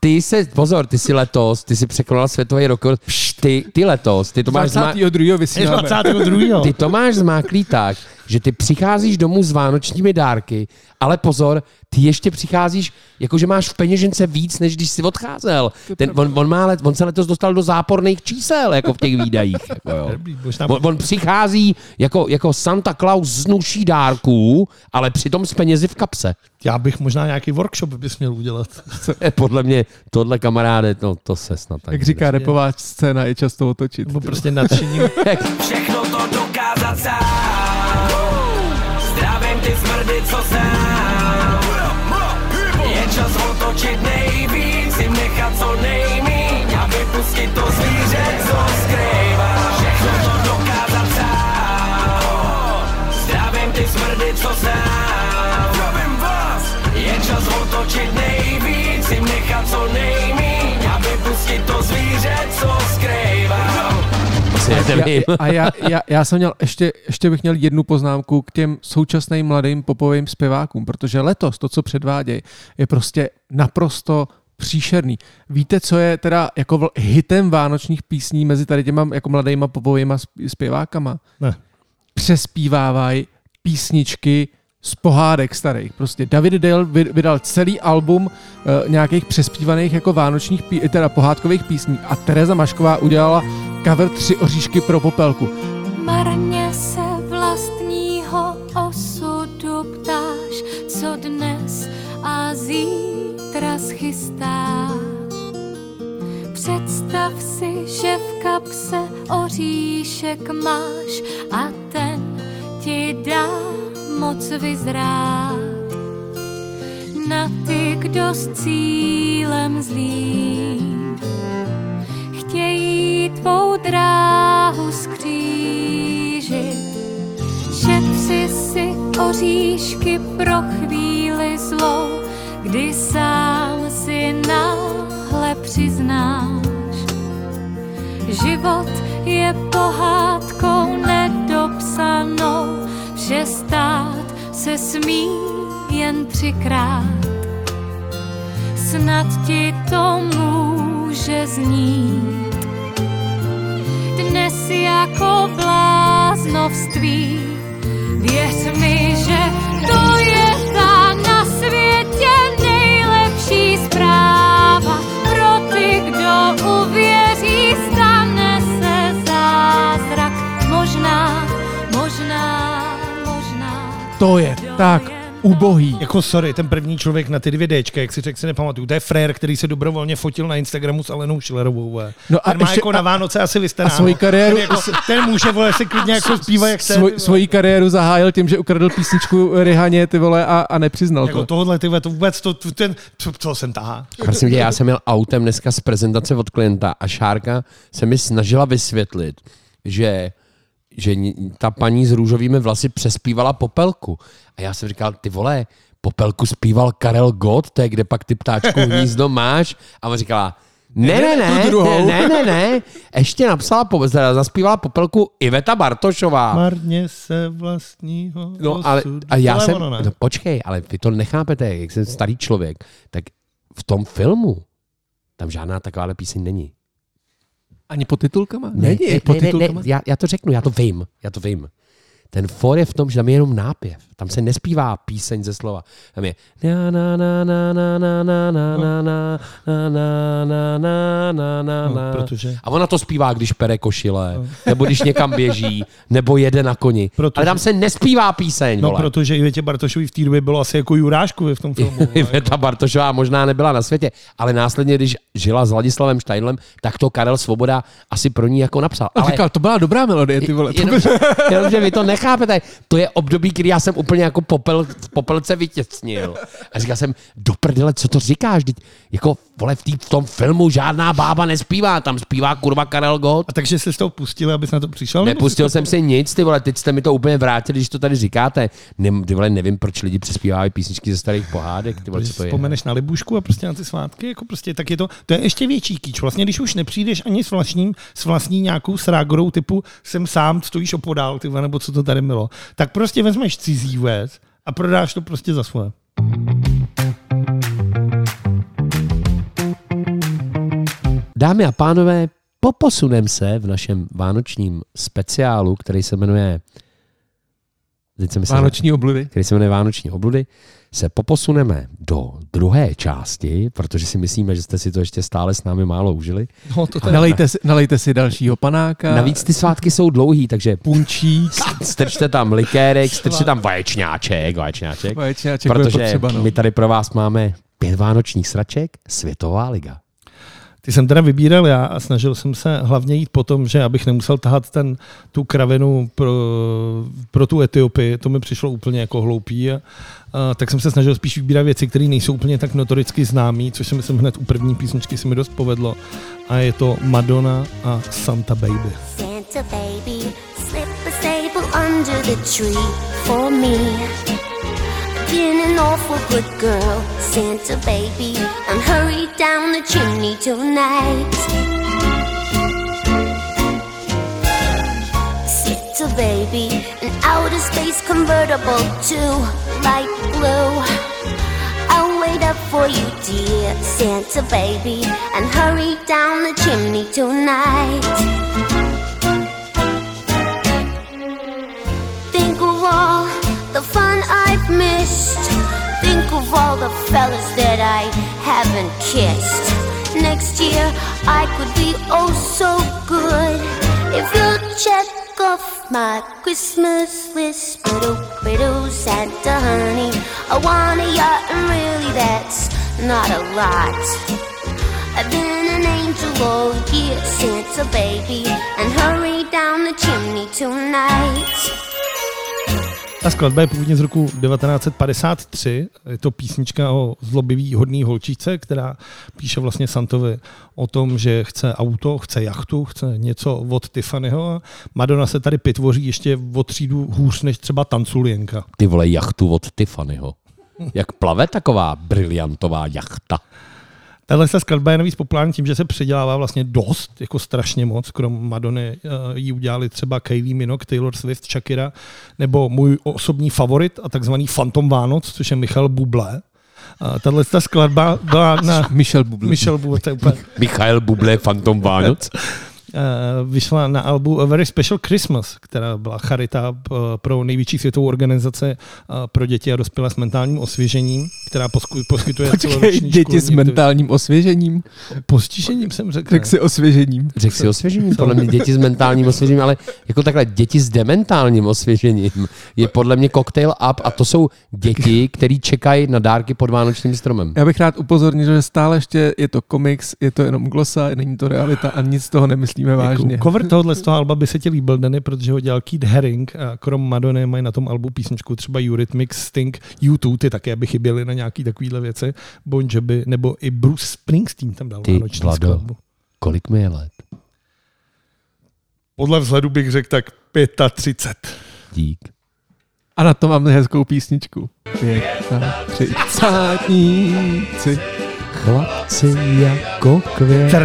ty se, pozor, ty si letos, ty si překonal světový rekord, ty, ty letos, ty to máš dvacátého druhého vysíláme. dvacátého druhého Ty to máš zmáklý tak, že ty přicházíš domů s vánočními dárky, ale pozor, ty ještě přicházíš, jakože máš v peněžence víc, než když jsi odcházel. Ten, on, on, má let, on se letos dostal do záporných čísel, jako v těch výdajích. Jako jo. On, on přichází jako, jako Santa Claus z nuší dárků, ale přitom s penězi v kapse. Já bych možná nějaký workshop bys měl udělat. Podle mě tohle, kamaráde, no, to se snad tak. Jak říká repová scéna, je často otočit. Nebo prostě nadšení. Všechno to dokázat sám. Zdravím ty smrdy, co znám. Je čas otočit nejvíc, jim nechat co nejmíň a vypustit to zvíře, co skrývá. Všechno to dokázat sám. Zdravím ty smrdy, co znám. Zdravím vás. Je čas otočit nejvíc, jim nechat co nejmíň a vypustit to zvíře, co skrývá. Já, a já, já, já jsem měl, ještě, ještě bych měl jednu poznámku k těm současným mladým popovým zpěvákům, protože letos to, co předvádějí, je prostě naprosto příšerný. Víte, co je teda jako hitem vánočních písní mezi tady těma jako mladýma popovýma zpěvákama? Ne. Přespívávají písničky z pohádek starých. Prostě David Dale vydal celý album uh, nějakých přespívaných jako vánočních, pí, teda pohádkových písní a Tereza Mašková udělala cover Tři oříšky pro Popelku. Marně se vlastního osudu ptáš, co dnes a zítra schystá. Představ si, že v kapse oříšek máš a ten ti dá moc vyzrát. Na ty, kdo s cílem zlým chtějí tvou dráhu skřížit. Šetři si oříšky pro chvíli zlou, kdy sám si náhle přiznáš. Život je pohádkou nedopsanou, že stát se smí jen třikrát. Snad ti to může znít dnes jako bláznovství. Věř mi, že to je ta na světě nejlepší zpráva. Pro ty, kdo uvěří, stane se zázrak. Možná, možná, to je tak ubohý. Jako sorry, ten první člověk na ty dvě Dčka, jak si řekl, si nepamatuju. To je frér, který se dobrovolně fotil na Instagramu s Alenou Schillerovou. No ten má jako na Vánoce asi vystaráno. A svoji kariéru... Ten, jako, ten může, vole, si klidně jako zpívat, jak se... Svoj, svoji kariéru zahájil tím, že ukradl písničku Rihaně, ty vole, a, a nepřiznal jako to. Tohle, ty vole, to vůbec, to, ten, to, to jsem tahá. Prosím tě, já jsem měl autem dneska z prezentace od klienta a Šárka se mi snažila vysvětlit, že že ta paní s růžovými vlasy přespívala Popelku. A já jsem říkal, ty vole, Popelku zpíval Karel Gott, to je kde pak ty ptáčku hnízdo máš. A on říkala, ne, ne, ne, ne, ne, ne, ne, ještě napsala, zaspívala Popelku Iveta Bartošová. Marně se vlastního No, ale, a já jsem, no, počkej, ale vy to nechápete, jak jsem starý člověk, tak v tom filmu tam žádná taková píseň není. Ani pod titulkama? Ne, Není, ne, pod ne, titulkama? ne, já, já to řeknu, já to vím, já to vím. Ten for je v tom, že tam je jenom nápěv. Tam se nespívá píseň ze slova. Tam je na na na na na na na na na na na na na na na no, protože... A ona to zpívá, když pere košile, no. Nebo když někam běží, nebo jede na koni. Protože... Ale tam se nespívá píseň. No, vole. protože Ivetě Bartošový v té době bylo asi jako Juráškovi v tom filmu. Iveta Bartošová možná nebyla na světě, ale následně, když žila s Ladislavem Steindlem, tak to Karel Svoboda asi pro ní jako napsal. A ale... říkal, to byla dobrá melodie, ty vole. Jenom, jenom, že vy to nechápete. To je období, kdy já jsem úplně jako popel, v popelce vytěsnil. A říkal jsem, do prdele, co to říkáš? Teď, jako, vole, v, tý, v tom filmu žádná bába nespívá, tam zpívá kurva Karel Gott. A takže jsi z toho pustil, abys na to přišel? Nepustil jsem si nic, ty vole, teď jste mi to úplně vrátili, když to tady říkáte. Ne, ty vole, nevím, proč lidi přespívají písničky ze starých pohádek, ty vole, co to je. Vzpomeneš na Libušku a prostě na ty svátky, jako prostě, tak je to, to je ještě větší kýč. Vlastně, když už nepřijdeš ani s vlastním, s vlastní nějakou srágorou typu jsem sám, stojíš opodál, ty vole, nebo co to tady bylo, tak prostě vezmeš cizí věc a prodáš to prostě za svoje. Dámy a pánové, poposunem se v našem vánočním speciálu, který se jmenuje Vánoční obludy. Který se jmenuje Vánoční obludy, se poposuneme do druhé části, protože si myslíme, že jste si to ještě stále s námi málo užili. No, to nalejte, si, nalejte si dalšího panáka. Navíc ty svátky jsou dlouhý, takže punčík. Strčte tam likérek, strčte tam vaječňáček, vaječňáček, vaječňáček protože potřeba, no. my tady pro vás máme pět vánočních sraček, Světová liga. Ty jsem teda vybíral já a snažil jsem se hlavně jít po tom, že abych nemusel tahat ten, tu kravinu pro, pro tu Etiopii, to mi přišlo úplně jako hloupý. A, a, tak jsem se snažil spíš vybírat věci, které nejsou úplně tak notoricky známý, což si myslím hned u první písničky se mi dost povedlo. A je to Madonna a Santa Baby. Santa baby, slip a sable under the tree for me. Been an awful good girl, Santa baby, and hurry down the chimney tonight. Santa baby, an outer space convertible to light blue. I'll wait up for you, dear Santa baby, and hurry down the chimney tonight. Think of all the fun I've missed. Think of all the fellas that I haven't kissed. Next year I could be oh so good if you'll check off my Christmas list. Biddle, biddle, Santa honey, I want a yacht and really that's not a lot. I've been an angel all year, Santa baby, and hurry down the chimney tonight. Ta skladba je původně z roku devatenáct set padesát tři. Je to písnička o zlobivý hodný holčičce, která píše vlastně Santovi o tom, že chce auto, chce jachtu, chce něco od Tiffanyho. A Madonna se tady pitvoří ještě o třídu hůř než třeba Tanculienka. Ty vole, jachtu od Tiffanyho. Jak plave taková briliantová jachta? Tahle skladba je navíc populární tím, že se předělává vlastně dost, jako strašně moc. Krom Madony ji udělali třeba Kylie Minogue, Taylor Swift, Shakira, nebo můj osobní favorit a takzvaný Fantom Vánoc, což je Michal Bublé. Tahle skladba byla na... Michel Bublé. Michel Bublé, to je úplně... Michal Bublé, Fantom Vánoc. Vyšla na albu A Very Special Christmas, která byla charita pro největší světovou organizaci pro děti a dospělé s mentálním osvěžením, která poskytuje celoroční děti s mentálním osvěžením? Postižením jsem řekl. Řekl si osvěžením. Řekl si osvěžením, podle mě děti s mentálním osvěžením, ale jako takhle děti s dementálním osvěžením je podle mě Cocktail Up a to jsou děti, který čekají na dárky pod vánočním stromem. Já bych rád upozornil, že stále ještě je to komiks, je to jenom glosa, není to realita a nic z toho nemyslí. Vážně. Jako cover tohohle z toho alba by se ti líbil, Danny, protože ho dělal Keith Haring a krom Madony mají na tom albu písničku třeba Eurythmics, Sting, U dva, ty také by chyběly na nějaký takovýhle věci, Bon Jovi, nebo i Bruce Springsteen tam dal vánoční skladbu. Kolik mi je let? Podle vzhledu bych řekl tak třicet pět. Dík. A na to mám hezkou písničku. Třicátníci. Chlapci jako květ.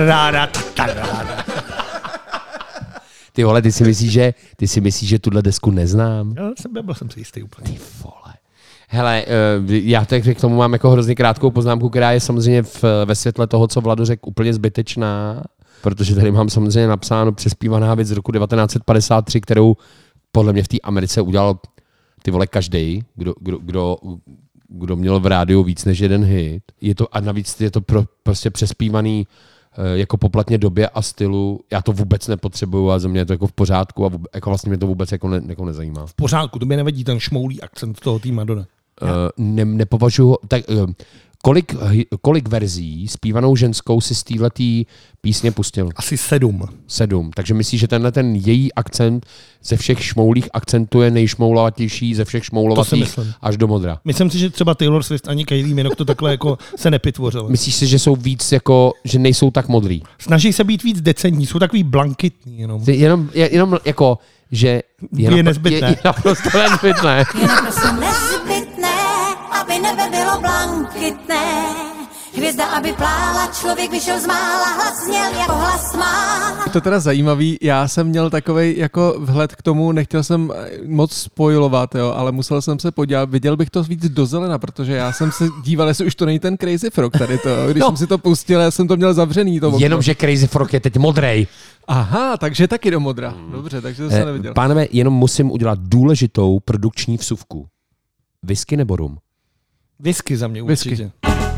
Ty vole, ty si myslíš, že, ty si myslíš, že tuhle desku neznám? Já jsem, byl jsem si jistý úplně. Ty vole. Hele, já tak k tomu mám jako hrozně krátkou poznámku, která je samozřejmě v, ve světle toho, co Vlado řekl, úplně zbytečná, protože tady mám samozřejmě napsáno přespívaná věc z roku devatenáct set padesát tři, kterou podle mě v té Americe udělal ty vole každej, kdo, kdo, kdo kdo měl v rádiu víc než jeden hit. Je to, a navíc je to pro, prostě přespívaný jako poplatně době a stylu. Já to vůbec nepotřebuju a za mě je to jako v pořádku a vůbec, jako vlastně mě to vůbec jako, ne, jako nezajímá. V pořádku, to mě nevadí ten šmoulý akcent toho tý Madonna. Uh, ne, nepovažuji tak uh, kolik, kolik verzí zpívanou ženskou si z téhletý písně pustil? Asi sedm. Sedm. Takže myslíš, že tenhle ten její akcent ze všech šmoulých akcentů je nejšmoulovatější ze všech šmoulovatých až do modra? Myslím si, že třeba Taylor Swift ani Kylie Minogue to takhle jako se nepitvořilo. Myslíš si, že jsou víc jako, že nejsou tak modrý? Snaží se být víc decentní, jsou takový blankitní jenom. Jenom, jenom jako, že je, je nezbytné. Je, je naprosto nezbytné. Je naprosto nezbytné, aby nebe bylo blankitné. Hvězda, aby plála, člověk vyšel z mála, hlas zněl jako hlas má. Je to teda zajímavý, já jsem měl takovej jako vhled k tomu, nechtěl jsem moc spoilovat, jo, ale musel jsem se podívat, viděl bych to víc do zelena, protože já jsem se díval, jestli už to není ten Crazy Frog tady to, když no. jsem si to pustil, já jsem to měl zavřený. To Jenomže Crazy Frog je teď modrej. Aha, takže taky do modra. Dobře, takže to jsem neviděl. Pánové, jenom musím udělat důležitou produkční vsuvku. Whisky nebo rum? Whisky za mě Whisky. určitě.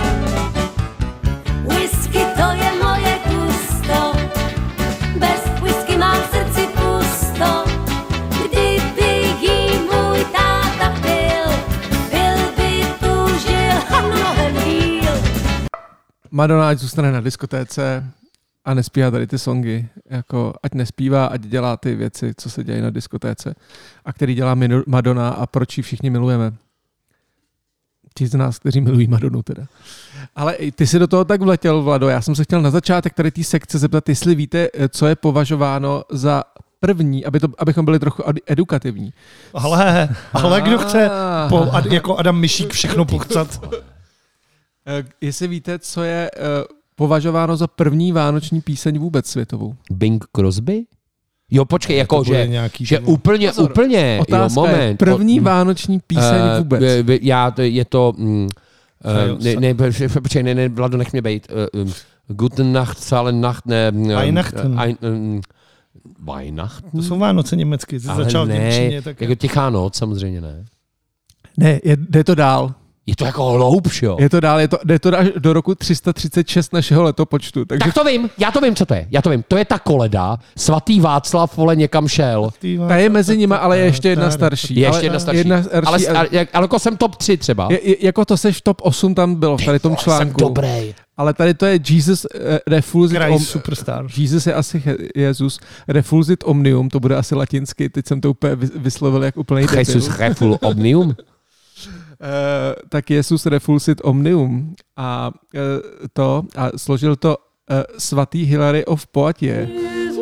Whisky to je moje gusto, bez whisky mám v srdci pusto. Kdyby jí můj táta pil, byl by tu žil mnohem díl. Madonna ať zůstane na diskotéce a nespívá tady ty songy. Jako, ať nespívá, ať dělá ty věci, co se dějí na diskotéce a který dělá Madonna a proč ji všichni milujeme. Ti z nás, kteří milují Madonu teda. Ale ty jsi do toho tak vletěl, Vlado. Já jsem se chtěl na začátek tady té sekce zeptat, jestli víte, co je považováno za první, aby to, abychom byli trochu edukativní. Ale, ale kdo chce po, jako Adam Myšík všechno pochcat? Jestli víte, co je považováno za první vánoční píseň vůbec světovou? Bing Crosby? Jo, počkej, jako, že, nějaký že úplně, Pozor, úplně, otázka jo, moment. Je první o, vánoční píseň uh, vůbec. Já, to, je to, mm, uh, ne, ne, počkej, ne, ne, Vlado, nech mě bejt. Uh, um, Guten Nacht, Zahlen Nacht, ne. Um, Weihnachten. Ein, um, Weihnachten? To jsou Vánoce německy, jsi začal v němčině. Tak jako Tichá noc, samozřejmě ne. Ne, je, jde to dál. Je to jako hloubš, jo? Je to dál, je to, jde to až do roku tři sta třicet šest našeho letopočtu. Takže... Tak to vím, já to vím, co to je. Já to vím. To je ta koleda, svatý Václav, vole, někam šel. Ta je mezi nimi, ale je ještě jedna starší. Je ještě jedna starší. Jedna starší ale, ale, ale, ale jako jsem top tři třeba. Je, je, jako to seš top osm tam bylo v tady tom článku. Jsem dobrý. Ale tady to je Jesus uh, Refulsit Om... Superstar. Jesus je asi Jezus. Refulsit Omnium, to bude asi latinsky. Teď jsem to úplně vyslovil jak úplnej debil. Jesus Reful Omnium? Uh, tak Jesus Refulsit Omnium a uh, to a složil to uh, svatý Hilary of Poitiers.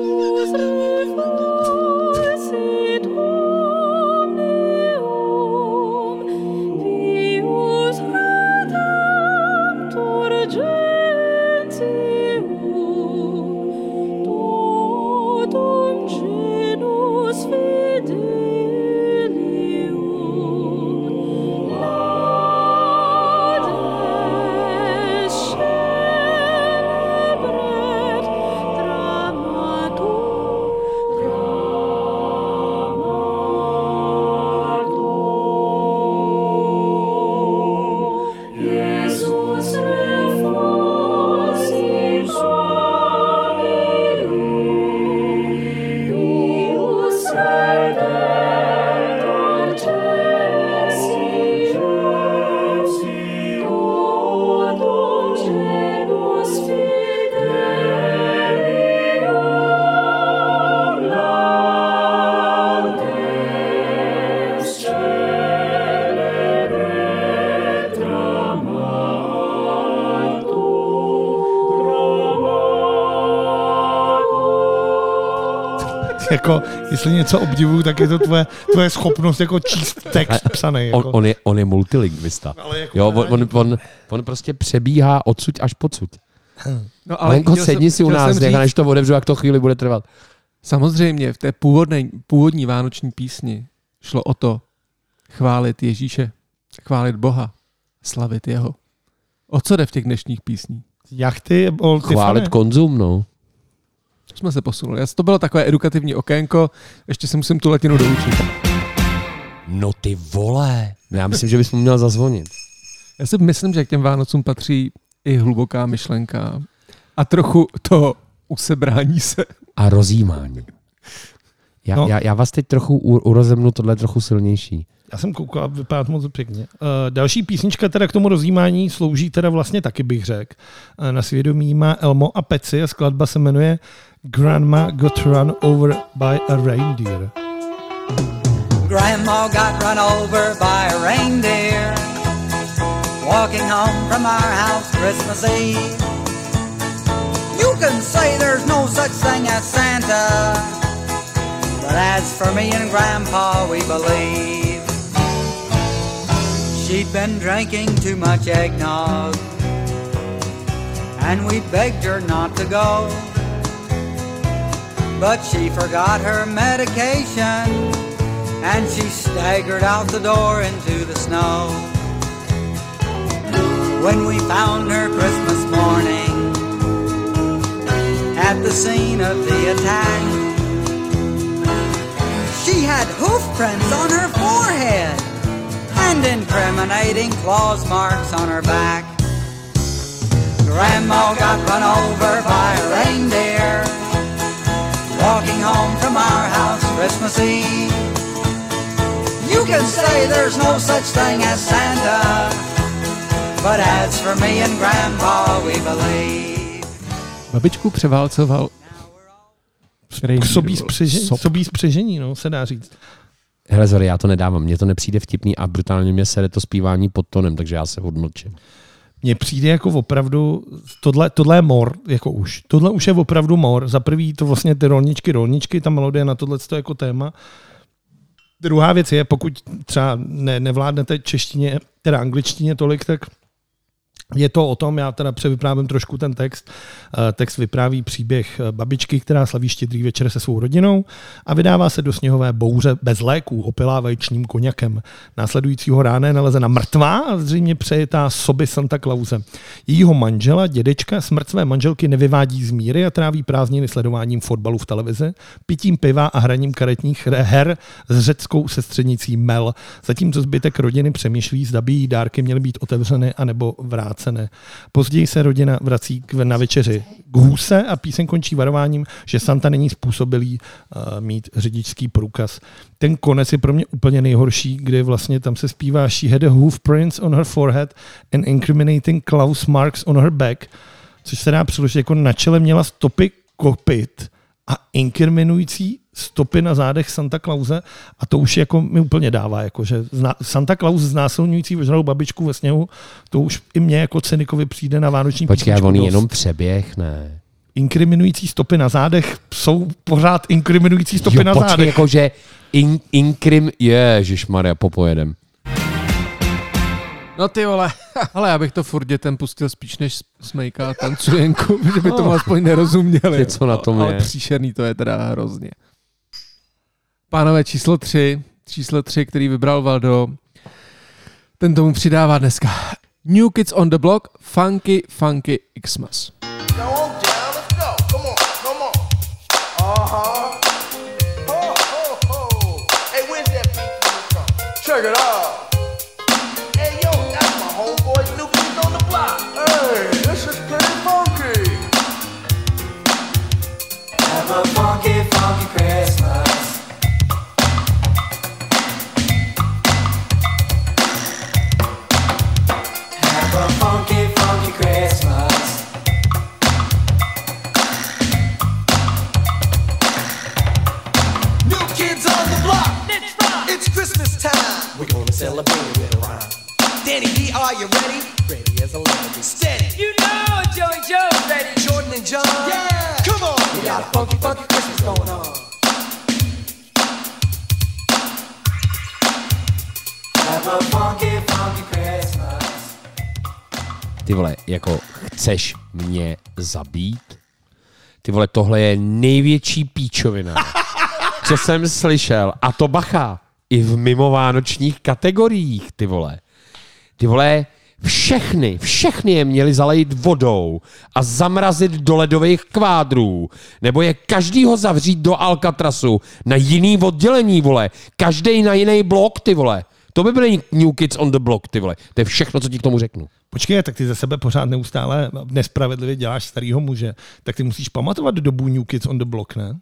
Jako, jestli něco obdivuju, tak je to tvoje, tvoje schopnost jako číst text psaný. Jako. On, on, je, on je multilingvista. Jako jo, on, on, on, on prostě přebíhá odsud až podsud. No, ale Lenko, sedni si u nás, nech, než to odevřu, jak to chvíli bude trvat. Samozřejmě, v té původné, původní vánoční písni šlo o to chválit Ježíše, chválit Boha, slavit jeho. O co jde v těch dnešních písních? Jachty, bol, chválit konzum, no. Jsme se posunuli. To bylo takové edukativní okénko, ještě si musím tu latinu doučit. No ty vole, já myslím, že bychom měl zazvonit. Já si myslím, že k těm Vánocům patří i hluboká myšlenka a trochu to usebrání se. A rozjímání. Já, no. já, já vás teď trochu urozemnu, tohle je trochu silnější. Já jsem koukal a vypadá to moc pěkně. Uh, další písnička teda k tomu rozjímání slouží teda vlastně taky, bych řekl. Uh, na svědomí má Elmo a Peci a skladba se jmenuje Grandma Got Run Over by a Reindeer. Grandma got run over by a reindeer walking home from our house Christmas Eve. You can say there's no such thing as Santa, but as for me and Grandpa, we believe she'd been drinking too much eggnog and we begged her not to go. But she forgot her medication, and she staggered out the door into the snow. When we found her Christmas morning at the scene of the attack, she had hoof prints on her forehead and incriminating claws marks on her back. Grandma got run over by a reindeer walking home from our house Christmas Eve. You can say there's no such thing as Santa, but as for me and Grandpa, we believe. Babičku převálcoval k sobí spřežení, sobí spřežení, no, se dá říct. Hele, sorry, já to nedávám. Mně to nepřijde vtipný a brutálně mě sere to zpívání pod tónem, takže já se odmlčím. Mně přijde jako opravdu, tohle, tohle je mor, jako už. Tohle už je opravdu mor. Za prvý to vlastně ty rolničky, rolničky, ta melodie na tohle to jako téma. Druhá věc je, pokud třeba ne, nevládnete češtině, teda angličtině tolik, tak je to o tom, já teda převyprávím trošku ten text. Text vypráví příběh babičky, která slaví Štědrý večer se svou rodinou a vydává se do sněhové bouře bez léků, opilá vaječným koněkem. Následujícího rána je nalezena mrtvá a zřejmě přejetá soby Santa Clause. Jejího manžela, dědečka, smrt své manželky nevyvádí z míry a tráví prázdniny sledováním fotbalu v televizi, pitím piva a hraním karetních her s řeckou sestřednicí Mel. Zatímco zbytek rodiny přemýšlí, zda by jí dárky měly být otevřeny anebo vráceny. Později se rodina vrací na večeři k hůse a píseň končí varováním, že Santa není způsobilý uh, mít řidičský průkaz. Ten konec je pro mě úplně nejhorší, kdy vlastně tam se zpívá She had a hoof prints on her forehead and incriminating claws marks on her back, což se dá přeložit jako na čele měla stopy kopyt a inkriminující stopy na zádech Santa Clause a to už jako mi úplně dává, jako, že Santa Claus znásilňující ožralou babičku ve sněhu, to už i mně jako cynikovi přijde na vánoční písničku. Počkej, on jenom přeběh, ne? Inkriminující stopy na zádech jsou pořád inkriminující stopy jo, na počkej, zádech. jakože in, inkrim... Ježišmarja, popojedem. No ty vole, ale já bych to furt dětem pustil spíš než Smejka a tancujenku, že by tomu aspoň nerozuměli. Co na tom ale je? Příšerný to je teda hrozně. Pánové, číslo tři, číslo tři, který vybral Valdo, ten tomu přidává dneska. New Kids on the Block, Funky Funky Xmas. Check it out. Hey yo, that's my homeboy New Kids on the Block. Hey, this is pretty funky. Have a funky, funky Christmas. Have a funky, funky Christmas. New Kids on the Block. It's Christmas time. We're gonna celebrate with a rhyme. Danny D, are you ready? Ready as a lady. Steady. You know Joey Joe's ready. Jordan and John. Yeah. Come on. We got a funky, funky Christmas going on. Have a funky, funky Christmas. Ty vole, jako chceš mě zabít? Ty vole, tohle je největší píčovina, co jsem slyšel. A to bacha, i v mimovánočních kategoriích, ty vole. Ty vole, všechny, všechny je měli zalejit vodou a zamrazit do ledových kvádrů, nebo je každýho zavřít do Alcatrasu na jiný oddělení, vole. Každej na jiný blok, ty vole. To by byly New Kids on the Block, ty vole. To je všechno, co ti k tomu řeknu. Počkej, tak ty ze sebe pořád neustále nespravedlivě děláš starýho muže. Tak ty musíš pamatovat dobu New Kids on the Block, ne?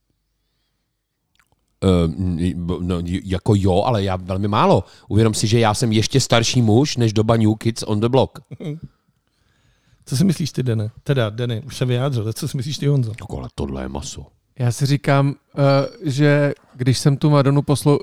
Uh, no, jako jo, ale já velmi málo. Uvědom si, že já jsem ještě starší muž než doba New Kids on the Block. Co si myslíš ty, Dene? Teda, Dene, už se vyjádřil. Co si myslíš ty, Honzo? Ale tohle je maso. Já si říkám, uh, že když jsem tu Madonu poslou...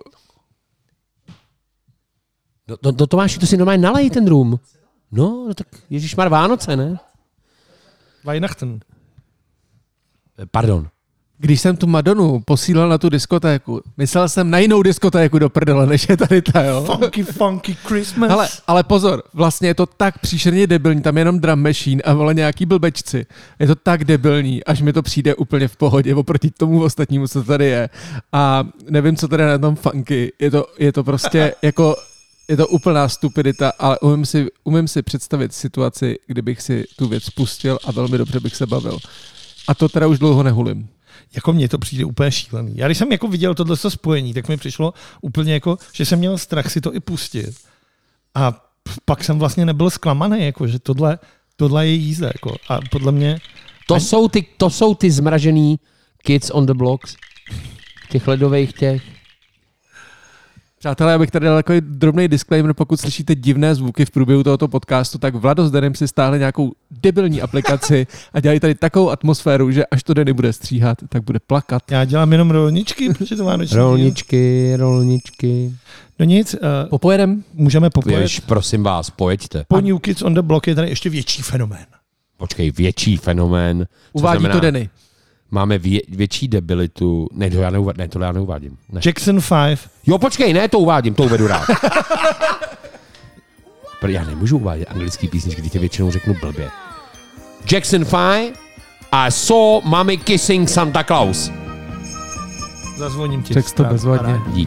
No, no, no Tomáši, to si normálně nalej ten rum. No, no tak ježišmar Vánoce, ne? Weihnachten. Pardon. Když jsem tu Madonu posílal na tu diskotéku, myslel jsem na jinou diskotéku do prdele, než je tady ta, jo? Funky, funky Christmas. Ale, ale pozor, vlastně je to tak příšerně debilní, tam je jenom drum machine a vole nějaký blbečci. Je to tak debilní, až mi to přijde úplně v pohodě oproti tomu ostatnímu, co tady je. A nevím, co tady je na tom funky. Je to, je to prostě jako... Je to úplná stupidita, ale umím si, umím si představit situaci, kdybych si tu věc pustil a velmi dobře bych se bavil. A to teda už dlouho nehulím. Jako mně to přijde úplně šílený. Já když jsem jako viděl tohle spojení, tak mi přišlo úplně jako, že jsem měl strach si to i pustit. A pak jsem vlastně nebyl zklamaný, jako, že tohle, tohle je jízda. Jako. A podle mě... To, ani... jsou ty, to jsou ty zmražený Kids on the Blocks. Těch ledových těch. Přátelé, abych tady dal takový drobný disclaimer, pokud slyšíte divné zvuky v průběhu tohoto podcastu, tak Vlado s Danem si stáhli nějakou debilní aplikaci a dělají tady takovou atmosféru, že až to Danny bude stříhat, tak bude plakat. Já dělám jenom rolničky, protože to má noční. Rolničky, rolničky. No nic. Uh, Popojedem? Můžeme popojet. Víš, prosím vás, pojeďte. Po New Kids on the Block je tady ještě větší fenomén. Počkej, větší fenomén. Uvádí znamená, to Danny. Máme vě, větší debilitu. Ne, to já, neuva, ne, to já neuvádím. Ne. Jackson five. Jo, počkej, ne, to uvádím, to uvedu rád. Já nemůžu uvádět anglický písničky, když tě většinou řeknu blbě. Jackson five, I saw mommy kissing Santa Claus. Zazvoním ti. Text to bezvadně. Dík.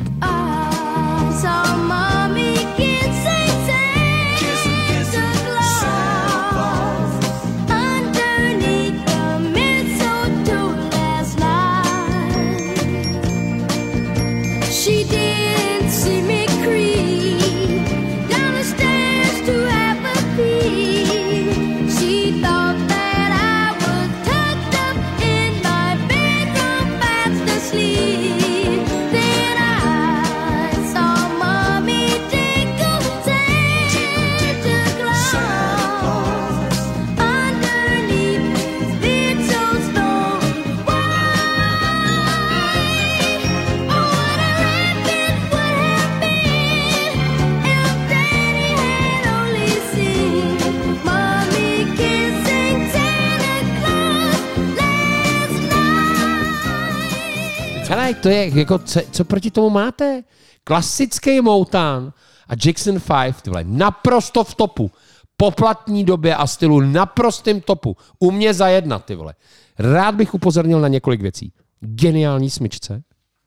Hele, to je jako, co, co proti tomu máte? Klasický Motown a Jackson five, tyhle, naprosto v topu. Poplatní době a stylu naprostým topu. U mě za jedna, ty vole. Rád bych upozornil na několik věcí. Geniální smyčce.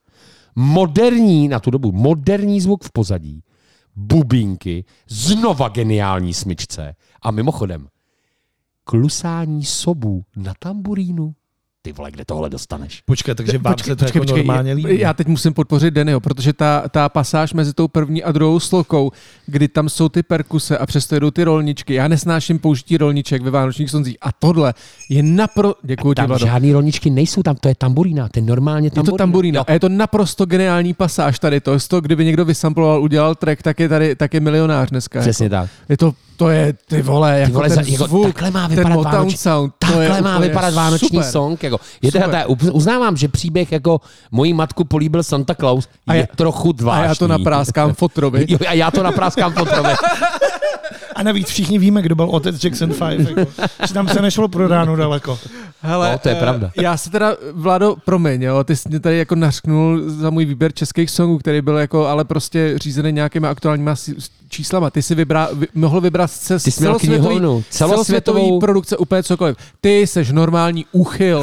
Moderní, na tu dobu, moderní zvuk v pozadí. Bubínky. Znova geniální smyčce. A mimochodem, klusání sobů na tamburínu. Ty vole, kde tohle dostaneš? Počkej, takže vám počkej, se to počkej, jako počkej, normálně líbí. Já teď musím podpořit Dannyho, protože ta, ta pasáž mezi tou první a druhou slokou, kdy tam jsou ty perkuse a přesto jedou ty rolničky. Já nesnáším použití rolniček ve vánočních sonzích. A tohle je napro... Děkuji ti, Tam Vlado. žádný rolničky nejsou, tam to je tamburína, to je normálně tamburína. Je to tamburína a je to naprosto geniální pasáž tady. To, to kdyby někdo vysamploval, udělal track, tak je tady tak je milionář dneska. Přesně jako. tak. Je to, to je, ty vole, jako ty vole, ten jako, zvuk, takhle má ten vypadat Motown vánoční, sound. Takhle má vypadat vánoční super. song. Jako. Je teda, uznávám, že příběh jako mojí matku políbil Santa Claus a je já, trochu zvláštní. A já to napráskám fotrovi. Jo, a já to napráskám fotrovi. A navíc všichni víme, kdo byl otec Jackson five. Jako. Že tam se nešlo pro ráno daleko. Hele, no, to je pravda. Já se teda, Vlado, promiň, jo, ty jsi mě tady jako nařknul za můj výběr českých songů, který byl jako, ale prostě řízený nějakými aktuálníma číslama. Ty jsi vybra, vy, mohl vybrat z celosvětový, celosvětový produkce úplně cokoliv. Ty seš normální úchyl.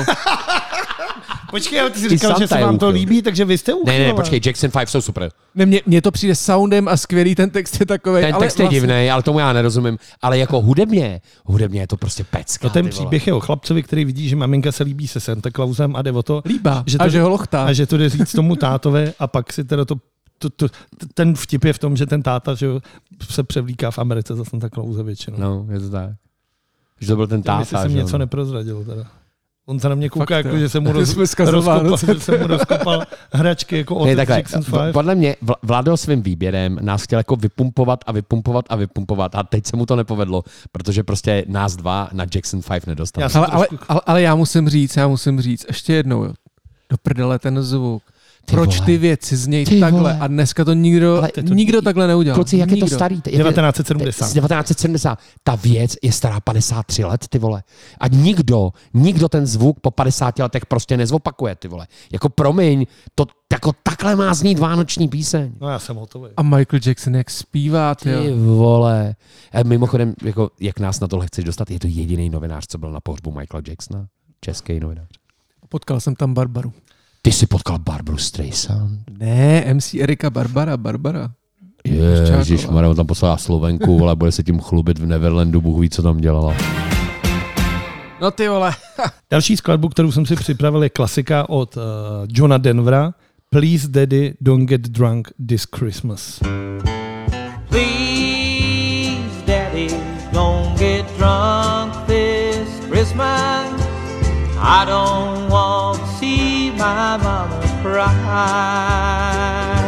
Počkej, ale ty jsi říkal, že se vám to líbí, takže vy jste úchylové. Ne, ne, počkej, Jackson five jsou super. Ne, mně, mně to přijde soundem a skvělý, ten text je takovej. Ten ale text je vlastně... divnej, ale tomu já nerozumím. Ale jako hudebně, hudebně je to prostě pecka. No ten příběh je o chlapcovi, který vidí, že maminka se líbí se Santa Clausem a jde o to, Líbá, že to, a že ho lochtá. A že to jde říct tomu tátovi a pak si teda to, to, to, ten vtip je v tom, že ten táta že se převlíká v Americe za Santa Clause většinou. No, je to tak. Že to byl ten táta. Jestli jsem že něco neprozradil teda. On se na mě kouká, Fakt, jako, že, se mu roz, rozkopal, že se mu rozkopal hračky jako otec Jackson five. Podle mě Vlado svým výběrem nás chtěl jako vypumpovat a vypumpovat a vypumpovat a teď se mu to nepovedlo, protože prostě nás dva na Jackson five nedostali. Ale, ale, ale, ale já musím říct, já musím říct, ještě jednou, jo. Do prdele ten zvuk. Ty Proč vole. ty věci znějí Ty takhle vole. a dneska to nikdo, Ale nikdo takhle neudělal. Kluci, jak nikdo. je to starý? Jak je- devatenáct set sedmdesát. Z devatenáct set sedmdesát. Ta věc je stará padesát tři let, ty vole. A nikdo, nikdo ten zvuk po padesáti letech prostě nezopakuje, ty vole. Jako promiň, to jako takhle má znít vánoční píseň. No já jsem hotový. A Michael Jackson jak zpívá, ty Ty vole. A mimochodem, jako, jak nás na tohle chceš dostat, je to jediný novinář, co byl na pohřbu Michaela Jacksona. Český novinář. Potkal jsem tam Barbaru. Ty jsi potkal Barbaru Streisand? Ne, M C Erika Barbara, Barbara. Ježišmarja, on tam poslala Slovenku, ale bude se tím chlubit v Neverlandu, Bůh ví, co tam dělala. No ty vole. Další skladbu, kterou jsem si připravil, je klasika od uh, Johna Denvera. Please Daddy, don't get drunk this Christmas. Please, Daddy, don't get drunk this Christmas. I don't want to see my mama cry.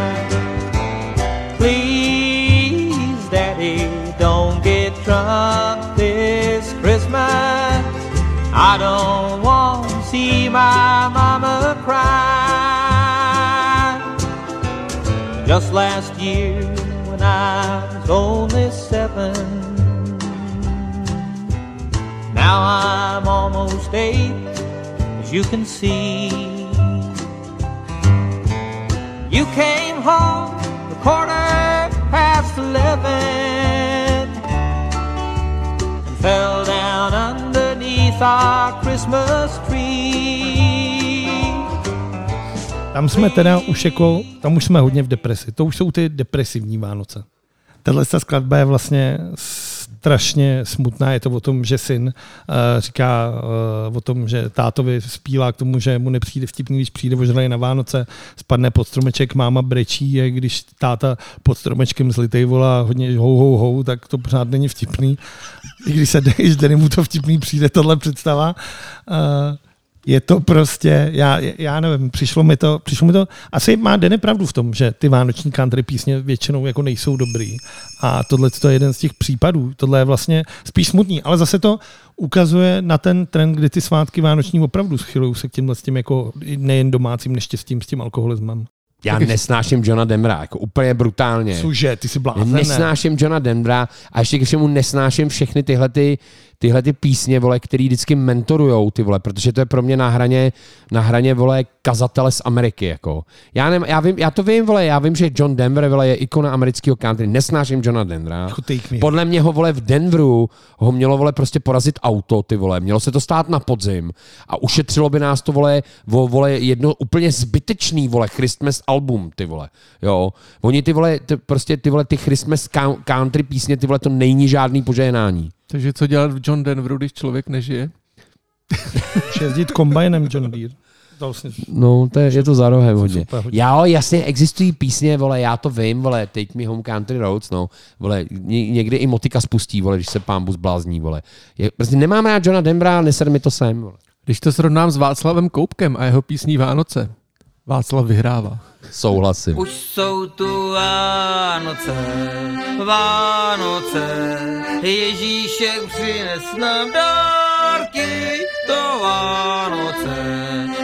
Please, Daddy, don't get drunk this Christmas. I don't want to see my mama cry. Just last year when I was only seven, now I'm almost eight, as you can see. You came home a quarter past eleven and fell down underneath our Christmas tree. Tam jsme teda už jako, tam už jsme hodně v depresi. To už jsou ty depresivní Vánoce. Tahle skladba je vlastně strašně smutná. Je to o tom, že syn uh, říká uh, o tom, že tátovi spílá k tomu, že mu nepřijde vtipný, když přijde ožralý na Vánoce, spadne pod stromeček, máma brečí, je, když táta pod stromečkem zlitej volá hodně hou, hou, hou, tak to pořád není vtipný. I když se když Danny mu to vtipný přijde, tohle představa. Uh, Je to prostě, já, já nevím, přišlo mi to, přišlo mi to, asi má Danny pravdu v tom, že ty vánoční country písně většinou jako nejsou dobrý. A tohle je jeden z těch případů, tohle je vlastně spíš smutný, ale zase to ukazuje na ten trend, kdy ty svátky vánoční opravdu schylují se k tímhle s tím jako nejen domácím neštěstím, s tím alkoholismem. Já nesnáším Johna Denvera, jako úplně brutálně. Cože, ty jsi blázen, Nesnáším Johna Denvera a ještě k všemu nesnáším všechny tyhle, ty, tyhle ty písně, vole, který vždycky mentorujou, ty vole, protože to je pro mě na hraně, na hraně, vole, kazatele z Ameriky, jako. Já, ne, já, vím, já to vím, vole, já vím, že John Denver, vole, je ikona amerického country, nesnáším Johna Denvera. Podle mě ho, vole, v Denveru ho mělo, vole, prostě porazit auto, ty vole, mělo se to stát na podzim a ušetřilo by nás to, vole, vo, vole, jedno úplně zbytečný, vole, Christmas album, ty vole, jo. Oni, ty vole, ty, prostě ty, vole, ty Christmas country písně, ty vole, to není žádný požehnání. Takže co dělat v John Denveru, když člověk nežije? Může jezdit kombajnem John Deere. Vlastně... No, to je, je to za rohem hodně. Super, hodně. Já, jasně, existují písně, vole, já to vím, vole, Take Me Home Country Roads, no, vole, ně, někdy i Motika spustí, vole, když se pán bus blázní, vole. Je, prostě nemám rád Johna Denvera, neser mi to sem, vole. Když to srovnám s Václavem Koupkem a jeho písní Vánoce, Václav vyhrává. Souhlasím. Už jsou tu Vánoce, Vánoce, Ježíšek přines nám dárky, to Vánoce,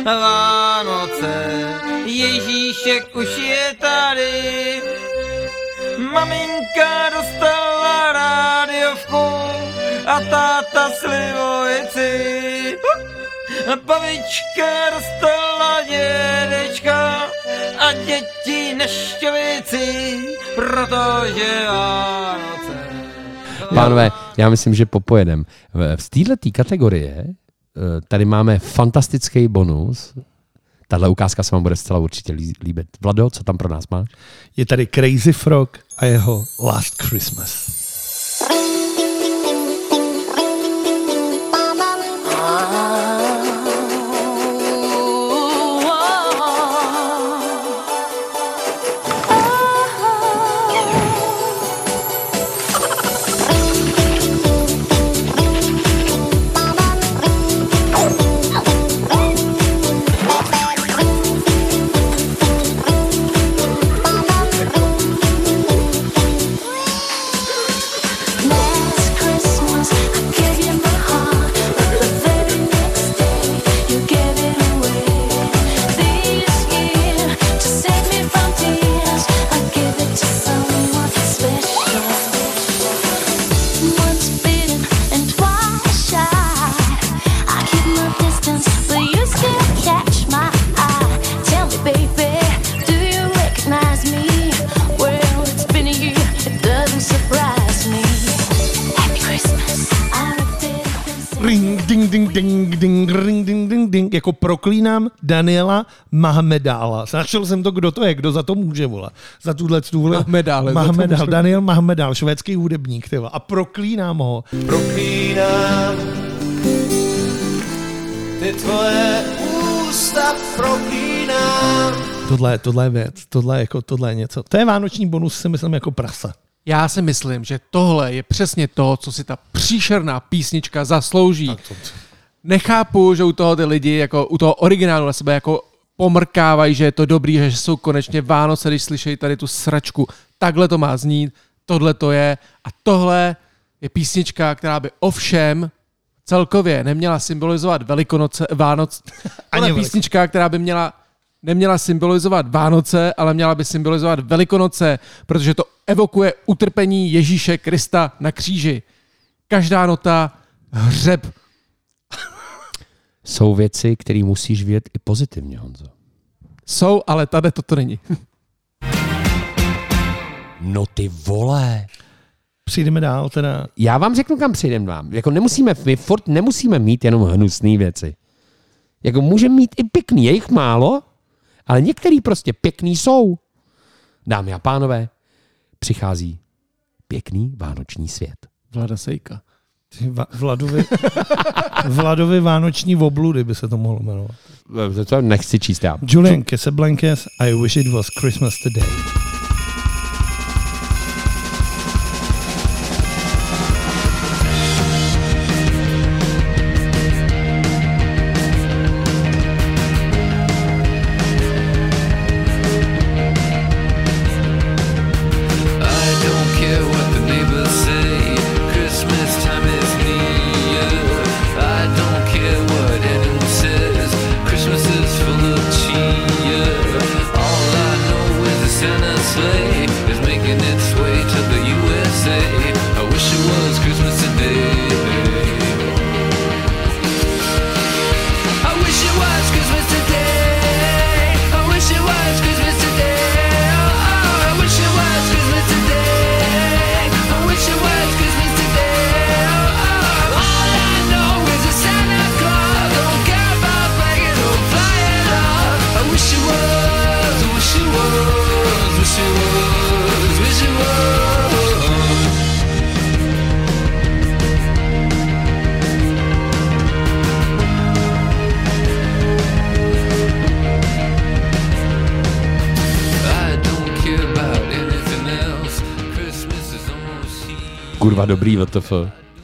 Vánoce, Ježíšek už je tady. Maminka dostala rádiovku a táta slivovici. Babička dostala dědečka a děti nešťovici, protože Vánoce. Pánové, já myslím, že popojedem. V této kategorie tady máme fantastický bonus. Tahle ukázka se vám bude zcela určitě líbit. Vlado, co tam pro nás máš? Je tady Crazy Frog a jeho Last Christmas. ring, ding, ding, ding, ding, ring, ding, ding, ding, jako proklínám Daniela Mahmedála. Našel jsem to, kdo to je, kdo za to může, vole. Za tuhle vole. Mahmedále. Mahmedál, Daniel Mahmedál, švédský hudebník, tyva. A proklínám ho. Proklínám ty tvoje ústa, proklínám. Tohle, tohle je věc, tohle je, jako, tohle je něco. To je vánoční bonus, si myslím, jako prasa. Já si myslím, že tohle je přesně to, co si ta příšerná písnička zaslouží. Nechápu, že u toho ty lidi, jako u toho originálu na sebe jako pomrkávají, že je to dobrý, že jsou konečně Vánoce, když slyšejí tady tu sračku. Takhle to má znít, tohle to je. A tohle je písnička, která by ovšem celkově neměla symbolizovat Velikonoce, Vánoce. Tohle je písnička, která by měla neměla symbolizovat Vánoce, ale měla by symbolizovat Velikonoce, protože to evokuje utrpení Ježíše Krista na kříži. Každá nota hřeb. Jsou věci, které musíš vidět i pozitivně, Honzo. Jsou, ale tady toto není. No ty vole. Přijdeme dál teda. Já vám řeknu, kam přijdeme vám. Jako nemusíme, my furt nemusíme mít jenom hnusné věci. Jako můžeme mít i pěkný, je jich málo, ale některý prostě pěkný jsou. Dámy a pánové, přichází pěkný vánoční svět. Vlada Sejka. Va- Vladovi, Vladovi vánoční obludy by se to mohlo jmenovat. To nechci číst já. Julian Casablancas, I wish it was Christmas today. Kurva dobrý, W T F.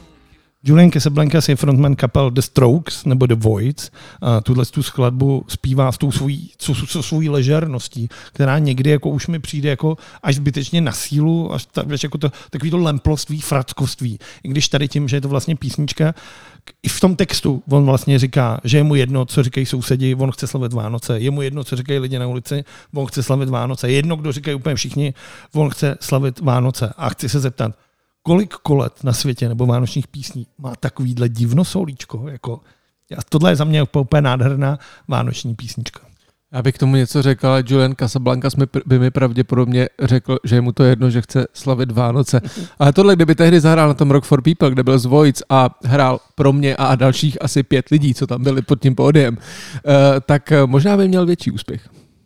Julian Casablancas je frontman kapel The Strokes nebo The Voids. A tuhle tu skladbu zpívá s tou svojí, co, co, svojí ležerností, která někdy jako už mi přijde jako až zbytečně na sílu, až, ta, až jako to, takový to lemploství, frackoství. I když tady tím, že je to vlastně písnička, i v tom textu on vlastně říká, že je mu jedno, co říkají sousedi, on chce slavit Vánoce. Je mu jedno, co říkají lidi na ulici, on chce slavit Vánoce. Je jedno, kdo říkají úplně všichni, on chce slavit Vánoce. A chci se zeptat, kolik kolet na světě nebo vánočních písní má takovýhle divno solíčko? Jako, tohle je za mě úplně nádherná vánoční písnička. Já bych k tomu něco řekl, ale Julian Casablancas by mi pravděpodobně řekl, že je mu to jedno, že chce slavit Vánoce. Ale tohle, kdyby tehdy zahrál na tom Rock for People, kde byl z Voids a hrál pro mě a dalších asi pět lidí, co tam byli pod tím pódiem, tak možná by měl větší úspěch.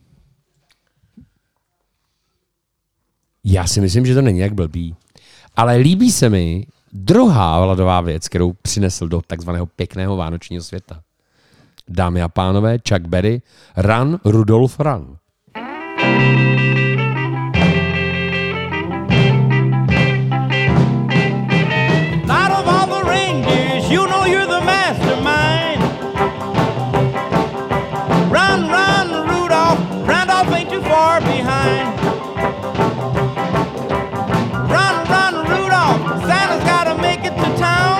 Já si myslím, že to není jak blbý. Ale líbí se mi druhá Vladová věc, kterou přinesl do takzvaného pěkného vánočního světa. Dámy a pánové, Chuck Berry, Run, Rudolf, Run. Out of all the reindeers, you know you're the mastermind. Run, run, Rudolph, Randolph ain't too far behind. Santa's gotta make it to town.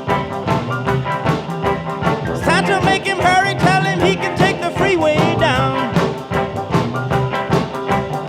Santa, make him hurry, tell him he can take the freeway down.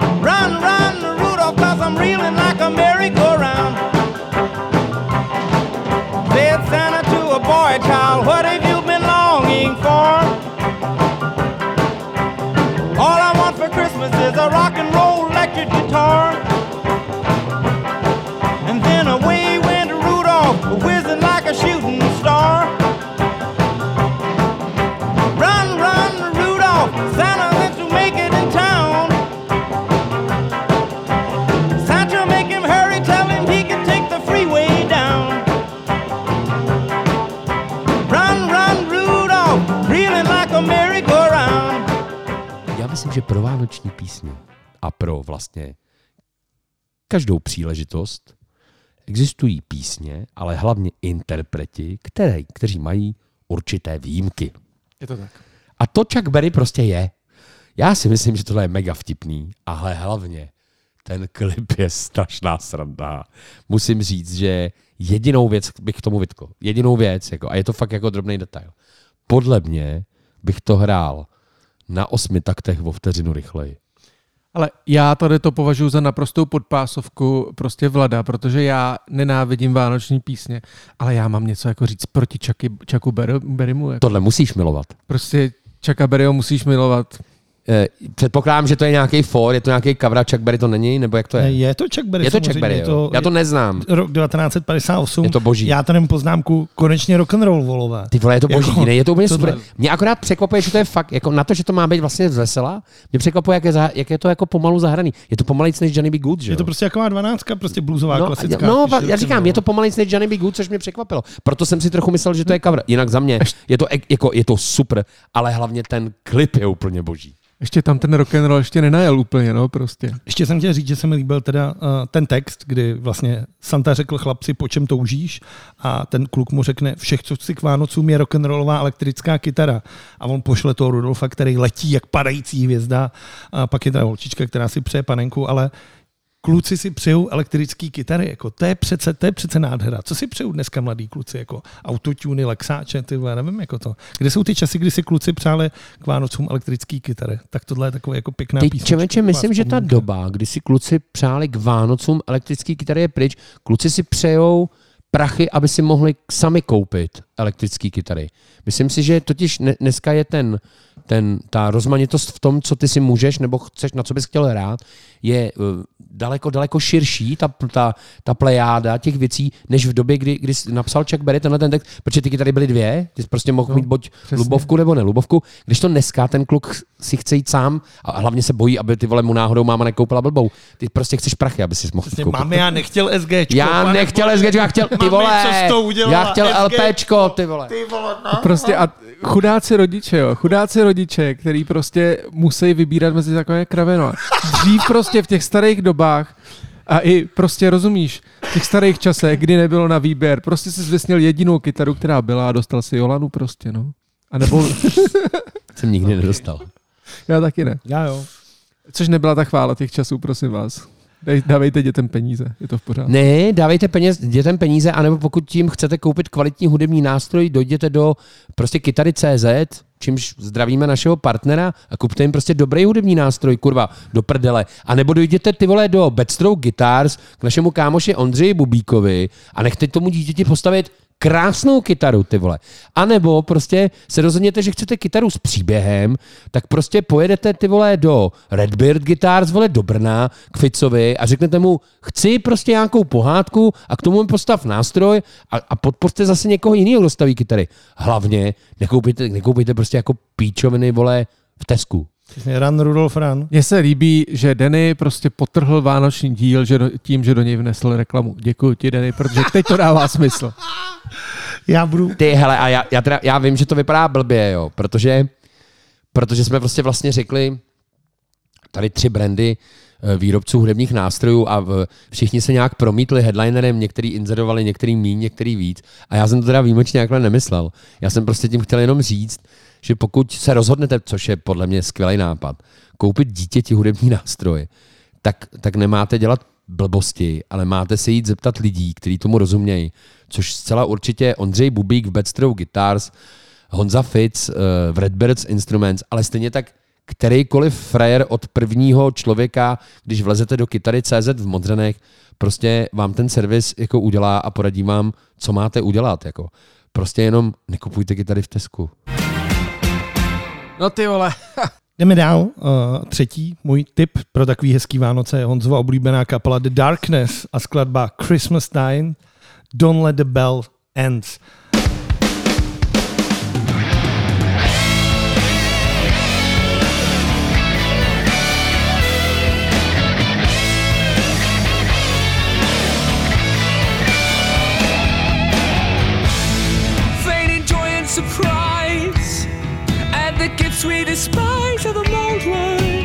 myslím, že pro vánoční písně a pro vlastně každou příležitost existují písně, ale hlavně interpreti, které, kteří mají určité výjimky. Je to tak. A to Chuck Berry prostě je. Já si myslím, že tohle je mega vtipný, ale hlavně ten klip je strašná sranda. Musím říct, že jedinou věc bych k tomu vytkl. Jedinou věc, jako, a je to fakt jako drobný detail. Podle mě bych to hrál na osmi taktech o vteřinu rychleji. Ale já tady to považuji za naprostou podpásovku prostě Vlada, protože já nenávidím vánoční písně, ale já mám něco jako říct proti Chucky, Chucku Berrymu. Jako. Tohle musíš milovat. Prostě Chucka Berryho musíš milovat. Předpokládám, že to je nějaký for, je to nějaký cover, Chuck Berry to není, nebo jak to je? Ne, je to Chuck Berry. Je to Chuck Berry, je to, já to neznám. Rok devatenáct set padesát osm. Je to boží. Já tady mám poznámku, konečně rock'n'roll, volové. Ty vole, je to boží, jako, ne, je to úplně to super. To... Mě akorát překvapuje, že to je fakt, jako na to, že to má být vlastně zvesela, mě překvapuje, jak je, za, jak je to jako pomalu zahraný. Je to pomalejc než Johnny B. Good, že jo? Je to prostě jako dvanáctka, prostě bluesová, no, klasická. No, no já říkám, je to pomalejc než Johnny B. Good, což mě překvapilo. Proto jsem si trochu myslel, že to je cover. Jinak za mě je to, jako, je to super, ale hlavně ten klip je úplně boží. Ještě tam ten rock'n'roll ještě nenajel úplně, no prostě. Ještě jsem chtěl říct, že se mi líbil teda uh, ten text, kdy vlastně Santa řekl chlapci, po čem toužíš, a ten kluk mu řekne, všech, co si k Vánocům, je rock'n'rollová elektrická kytara. A on pošle toho Rudolfa, který letí jak padající hvězda, a pak je ta holčička, která si přeje panenku, ale kluci si přejou elektrický kytary, jako to je přece, to je přece nádhera. Co si přejou dneska mladí kluci, jako autotuny, lexáče, ty vole, nevím, jako to. Kde jsou ty časy, kdy si kluci přáli k Vánocům elektrický kytary? Tak tohle je taková jako pěkná písnička. Teď čemeče, myslím, že ta doba, kdy si kluci přáli k Vánocům elektrický kytary je pryč, kluci si přejou prachy, aby si mohli sami koupit elektrický kytary. Myslím si, že totiž dneska je ten, ten, ta rozmanitost v tom, co ty si můžeš nebo chceš, na co bys chtěl hrát, je uh, daleko, daleko širší, ta, ta, ta plejáda těch věcí, než v době, kdy, kdy napsal Chuck Berry tenhle ten text, protože ty kytary byly dvě, ty jsi prostě mohl no, mít buď přesně. Lubovku nebo nelubovku, když to dneska ten kluk si chce jít sám a hlavně se bojí, aby ty vole mu náhodou máma nekoupila blbou. Ty prostě chceš prachy, aby si mohl přesně, koupit. Máme, já nechtěl SGčko. Já nechtěl SGčko, já chtěl, ty vole, já chtěl LPčko, ty vole. Ty vole, no. Prostě a chudáci rodiče, jo, chudáci rodiče, který prostě musí vybírat mezi takové kraveno. Dřív prostě v těch starých dobách a i prostě rozumíš, v těch starých časech, kdy nebylo na výběr, prostě si zvesnil jedinou kytaru, která byla a dostal si Jolanu prostě, no. A nebo... Jsem nikdy nedostal. Já taky ne. Já jo. Což nebyla ta chvála těch časů, prosím vás. Dávejte dětem peníze, je to v pořádku. Ne, dávejte peněz, dětem peníze, anebo pokud tím chcete koupit kvalitní hudební nástroj, dojděte do prostě kytary tečka cé zet, čímž zdravíme našeho partnera a kupte jim prostě dobrý hudební nástroj, kurva, do prdele. A nebo dojděte ty vole do Bedstroke Guitars k našemu kámoši Ondřeji Bubíkovi a nechte tomu dítěti postavit krásnou kytaru, ty vole. A nebo prostě se rozhodněte, že chcete kytaru s příběhem, tak prostě pojedete, ty vole, do Redbeard Guitars, vole, do Brna, k Ficovi a řeknete mu, chci prostě nějakou pohádku a k tomu mi postav nástroj a, a podpořte zase někoho jiného, kdo staví kytary. Hlavně nekoupíte, nekoupíte prostě jako píčoviny, vole, v Tesku. Run, Rudolf, run. Mně se líbí, že Denny prostě potrhl vánoční díl že do, tím, že do něj vnesl reklamu. Děkuji ti, Denny, protože teď to dává smysl. Já budu... Ty, hele, a já, já, teda, já vím, že to vypadá blbě, jo, protože, protože jsme prostě vlastně řekli tady tři brandy výrobců hudebních nástrojů a všichni se nějak promítli headlinerem, některý inzerovali, některý míň, některý víc. A já jsem to teda výjimečně takhle nemyslel. Já jsem prostě tím chtěl jenom říct, že pokud se rozhodnete, což je podle mě skvělý nápad, koupit dítěti hudební nástroj, tak, tak nemáte dělat blbosti, ale máte se jít zeptat lidí, kteří tomu rozumějí, což zcela určitě Ondřej Bubík v Bedstroke Guitars, Honza Fitz uh, v Redbirds Instruments, ale stejně tak kterýkoliv frajer od prvního člověka, když vlezete do kytary tečka cé zet v Modřanech, prostě vám ten servis jako udělá a poradí vám, co máte udělat. Jako. Prostě jenom nekupujte kytary v Tesku. No ty vole. Jdeme dál. Uh, třetí můj tip pro takový hezký Vánoce je Honzova oblíbená kapela The Darkness a skladba Christmas Time, Don't Let the Bell End. Surprise and the gifts we despise are the mold words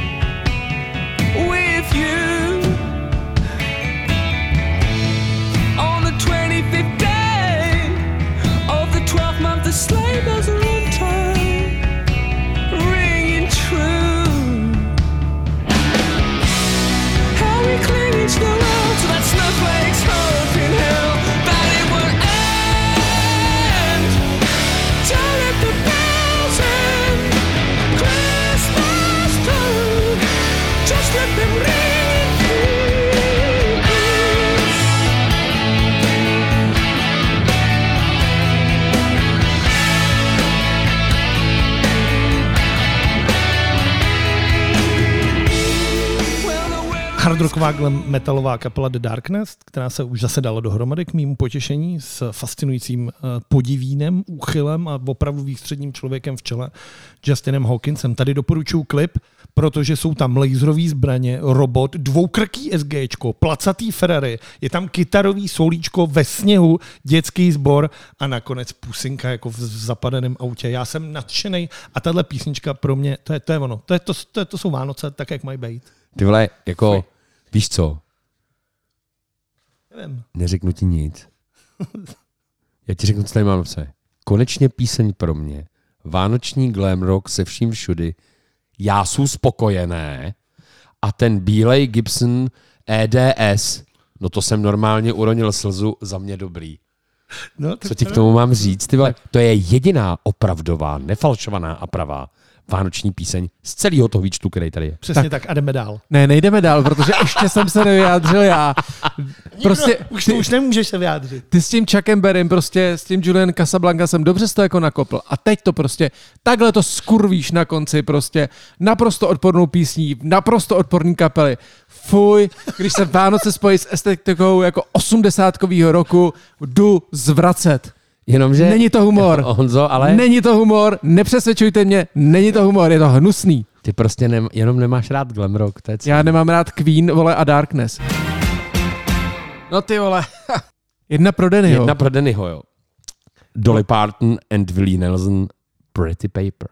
hardrocková glam metalová kapela The Darkness, která se už zase dala dohromady k mému potěšení s fascinujícím podivínem, úchylem a opravdu výstředním člověkem v čele Justinem Hawkinsem. Tady doporučuji klip, protože jsou tam laserové zbraně, robot, dvoukrký SGčko, placatý Ferrari, je tam kytarový solíčko ve sněhu, dětský sbor a nakonec pusinka jako v zapadeném autě. Já jsem nadšenej a tahle písnička pro mě, to je, to je ono, to, je to, to, je, to jsou Vánoce, tak jak mají být. Ty vole, jako, Fuj. Víš co? Nevím. Neřeknu ti nic. Já ti řeknu, co tady mám napsané. Konečně píseň pro mě. Vánoční glam rock se vším všudy. Já jsem spokojené. A ten bílej Gibson E D S, no to jsem normálně uronil slzu, za mě dobrý. No, co ti k tomu mám říct? Ty vole, to je jediná opravdová, nefalšovaná a pravá vánoční píseň z celého toho výčtu, který tady je. Přesně tak, tak a jdeme dál. Ne, nejdeme dál, protože ještě jsem se nevyjádřil já. Prostě, Nikdo, už, ty, už nemůžeš se vyjádřit. Ty s tím Chuckem Berrym, prostě s tím Julian Casablancasem, dobře jsi to jako nakopl. A teď to prostě, takhle to skurvíš na konci prostě, naprosto odpornou písní, naprosto odporný kapely. Fuj, když se Vánoce spojí s estetikou jako osmdesátkovýho roku, jdu zvracet. Jenomže, není to humor. Honzo, ale... Není to humor, nepřesvědčujte mě, není to humor, je to hnusný. Ty prostě nem, jenom nemáš rád glam rock, to je celý. Já nemám rád Queen, vole, a Darkness. No ty vole. Jedna pro Dannyho. Jedna pro Dannyho, jo. Dolly Parton and Willie Nelson, Pretty Paper.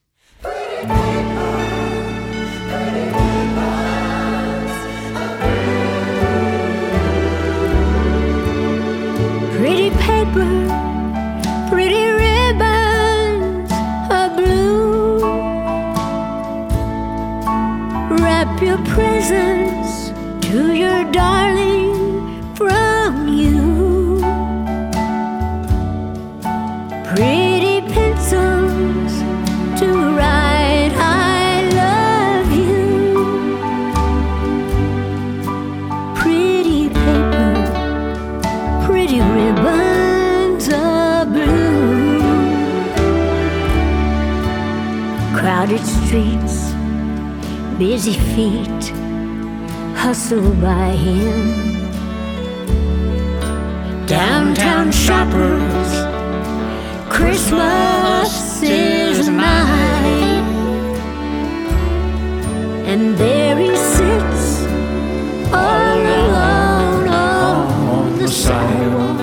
Pretty paper, pretty ribbons of blue. Wrap your presents to your darling from you. Pretty pencils to write I love you. Pretty paper, pretty ribbons of blue. Crowded streets, busy feet, hustle by him. Downtown shoppers, Christmas is nigh, and there he sits all alone on the sidewalk.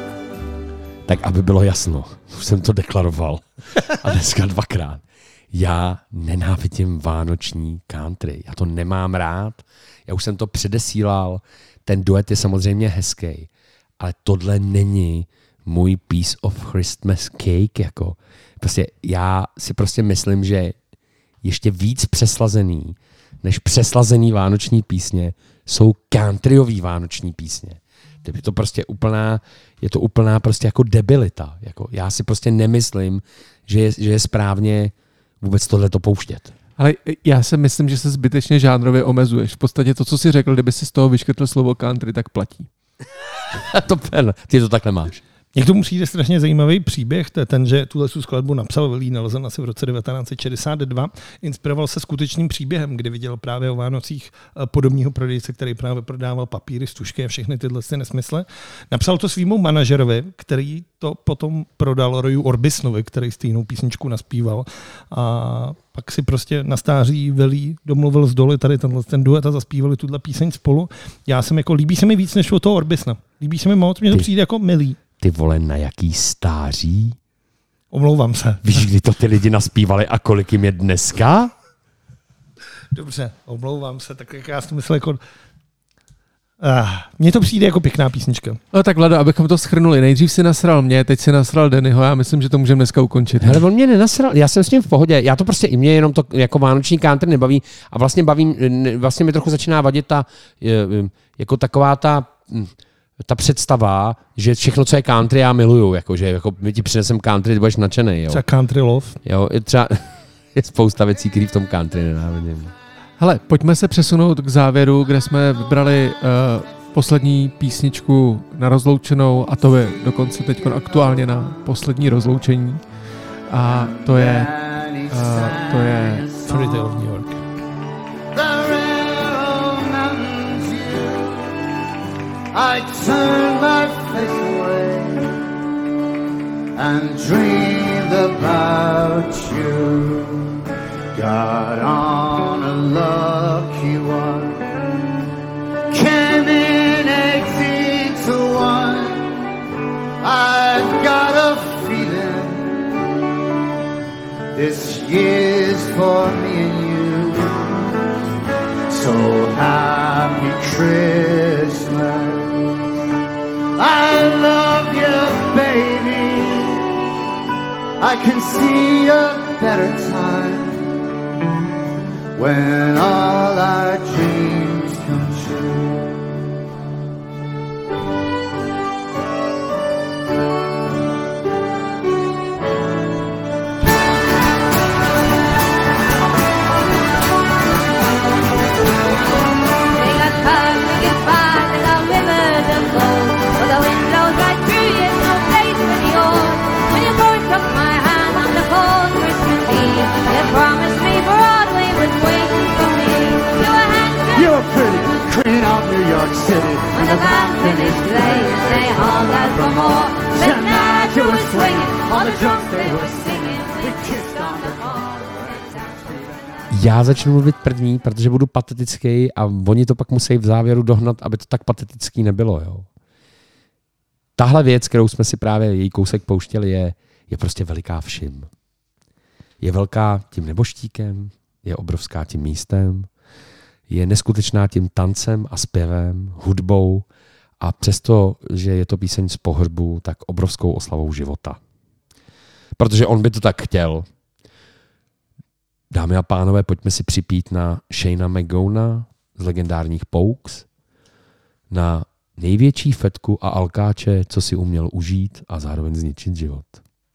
Tak aby bylo jasno, už jsem to deklaroval a dneska dvakrát. Já nenávidím vánoční country, já to nemám rád, já už jsem to předesílal, ten duet je samozřejmě hezký, ale tohle není můj piece of Christmas cake, jako. Prostě já si prostě myslím, že ještě víc přeslazený, než přeslazený vánoční písně, jsou countryový vánoční písně. Je to prostě úplná, je to úplná prostě jako debilita. Jako já si prostě nemyslím, že je, že je správně vůbec tohleto pouštět. Ale já si myslím, že se zbytečně žánrově omezuješ. V podstatě to, co jsi řekl, kdyby si z toho vyškrtl slovo country, tak platí. to pen, ty to takhle máš. Mně k tomu přijde strašně zajímavý příběh, to je ten, že tuhle skladbu napsal Willie Nelson asi v roce devatenáct set šedesát dva. Inspiroval se skutečným příběhem, kdy viděl právě o Vánocích podobného prodejce, který právě prodával papíry, stužky a všechny tyhle nesmysly. Napsal to svýmu manažerovi, který to potom prodal Royu Orbisnovi, který stejnou písničku naspíval. A pak si prostě na stáří Willie domluvil z Dolly tady tenhle ten duet a zaspívali tuhle píseň spolu. Já jsem jako, líbí se mi víc než o toho Orbisna. Líbí se mi moc, mně to přijde jako milý. Ty vole, na jaký stáří? Omlouvám se. Víš, kdy to ty lidi naspívali a kolik jim je dneska? Dobře, omlouvám se, tak jak já jsem myslel jako... Ah, mně to přijde jako pěkná písnička. No tak Vlado, abychom to shrnuli. Nejdřív si nasral mě, teď si nasral Dannyho, já myslím, že to můžeme dneska ukončit. Ale on mě nenasral, já jsem s tím v pohodě, já to prostě i mě jenom to jako vánoční country nebaví a vlastně bavím, vlastně mi trochu začíná vadit ta, jako taková ta... ta představa, že všechno, co je country, já miluju, jako, že jako my ti přinesem country, ty budeš nadšenej. Jo. Třeba country love. Jo, je třeba je spousta věcí, které v tom country nenávidím. Hele, pojďme se přesunout k závěru, kde jsme vybrali uh, poslední písničku na rozloučenou a to je dokonce teď aktuálně na poslední rozloučení. A to je uh, to je Fairy Tale of New York. I turned my face away and dreamed about you. Got on a lucky one, came in eighteen to one. I've got a feeling this year's for me and you. So happy Christmas, I love you, baby. I can see a better time when all our dreams come true. Queen of New York City. When the band finished playing, they hauled out for more. Tonight you were swinging, all the drums they were singing. We kissed on the hall. Já začnu mluvit první, protože budu patetický a oni to pak musí v závěru dohnat, aby to tak patetický nebylo. Jo. Tahle věc, kterou jsme si právě její kousek pouštěli, je, je prostě veliká všim. Je velká tím neboštíkem, je obrovská tím místem, je neskutečná tím tancem a zpěvem, hudbou a přesto, že je to píseň z pohřbu, tak obrovskou oslavou života. Protože on by to tak chtěl. Dámy a pánové, pojďme si připít na Shayna McGowna z legendárních Pogues, na největší fetku a alkáče, co si uměl užít a zároveň zničit život.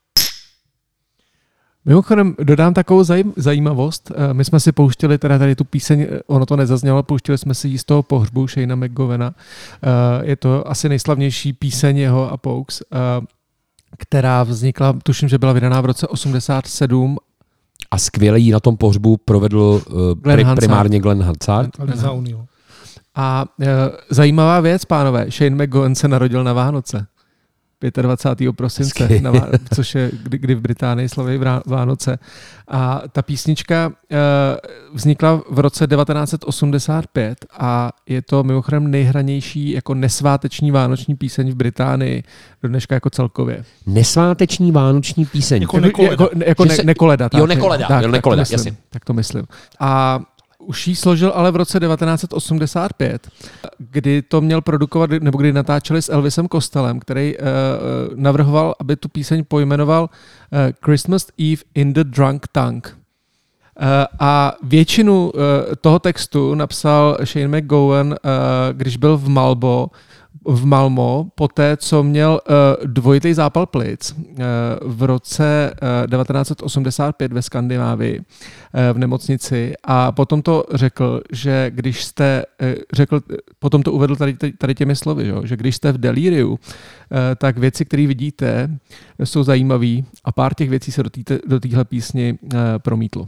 Mimochodem dodám takovou zaj- zajímavost. My jsme si pouštěli teda tady tu píseň, ono to nezaznělo, pouštěli jsme si ji z toho pohřbu Shayna McGowena. Je to asi nejslavnější píseň jeho a Pogues, která vznikla, tuším, že byla vydaná v roce osmdesát sedm. A skvěle jí na tom pohřbu provedl Glenn pri- primárně Glenn Hansard. A zajímavá věc, pánové, Shane McGowan se narodil na Vánoce. dvacátého pátého prosince, na, což je kdy, kdy v Británii slaví Vánoce. A ta písnička uh, vznikla v roce devatenáct set osmdesát pět a je to mimochodem nejhranější jako nesváteční vánoční píseň v Británii do dneška jako celkově. Nesváteční vánoční píseň. Jako nekoleda. Jako, jako ne, nekoleda tak, jo, nekoleda. Tak, jo, nekoleda, tak to myslím, jasně. Tak to myslím. A už ji složil ale v roce devatenáct set osmdesát pět, kdy to měl produkovat, nebo kdy natáčeli s Elvisem Costellem, který uh, navrhoval, aby tu píseň pojmenoval uh, Christmas Eve in the Drunk Tank. Uh, a většinu uh, toho textu napsal Shane McGowan, uh, když byl v Malbo, v Malmo, poté, co měl uh, dvojitý zápal plic uh, v roce uh, devatenáct set osmdesát pět ve Skandinávii uh, v nemocnici a potom to řekl, že když jste, uh, řekl, potom to uvedl tady, tady těmi slovy, že, že když jste v delíriu, uh, tak věci, které vidíte, jsou zajímavé a pár těch věcí se do, týte, do téhle písni uh, promítlo.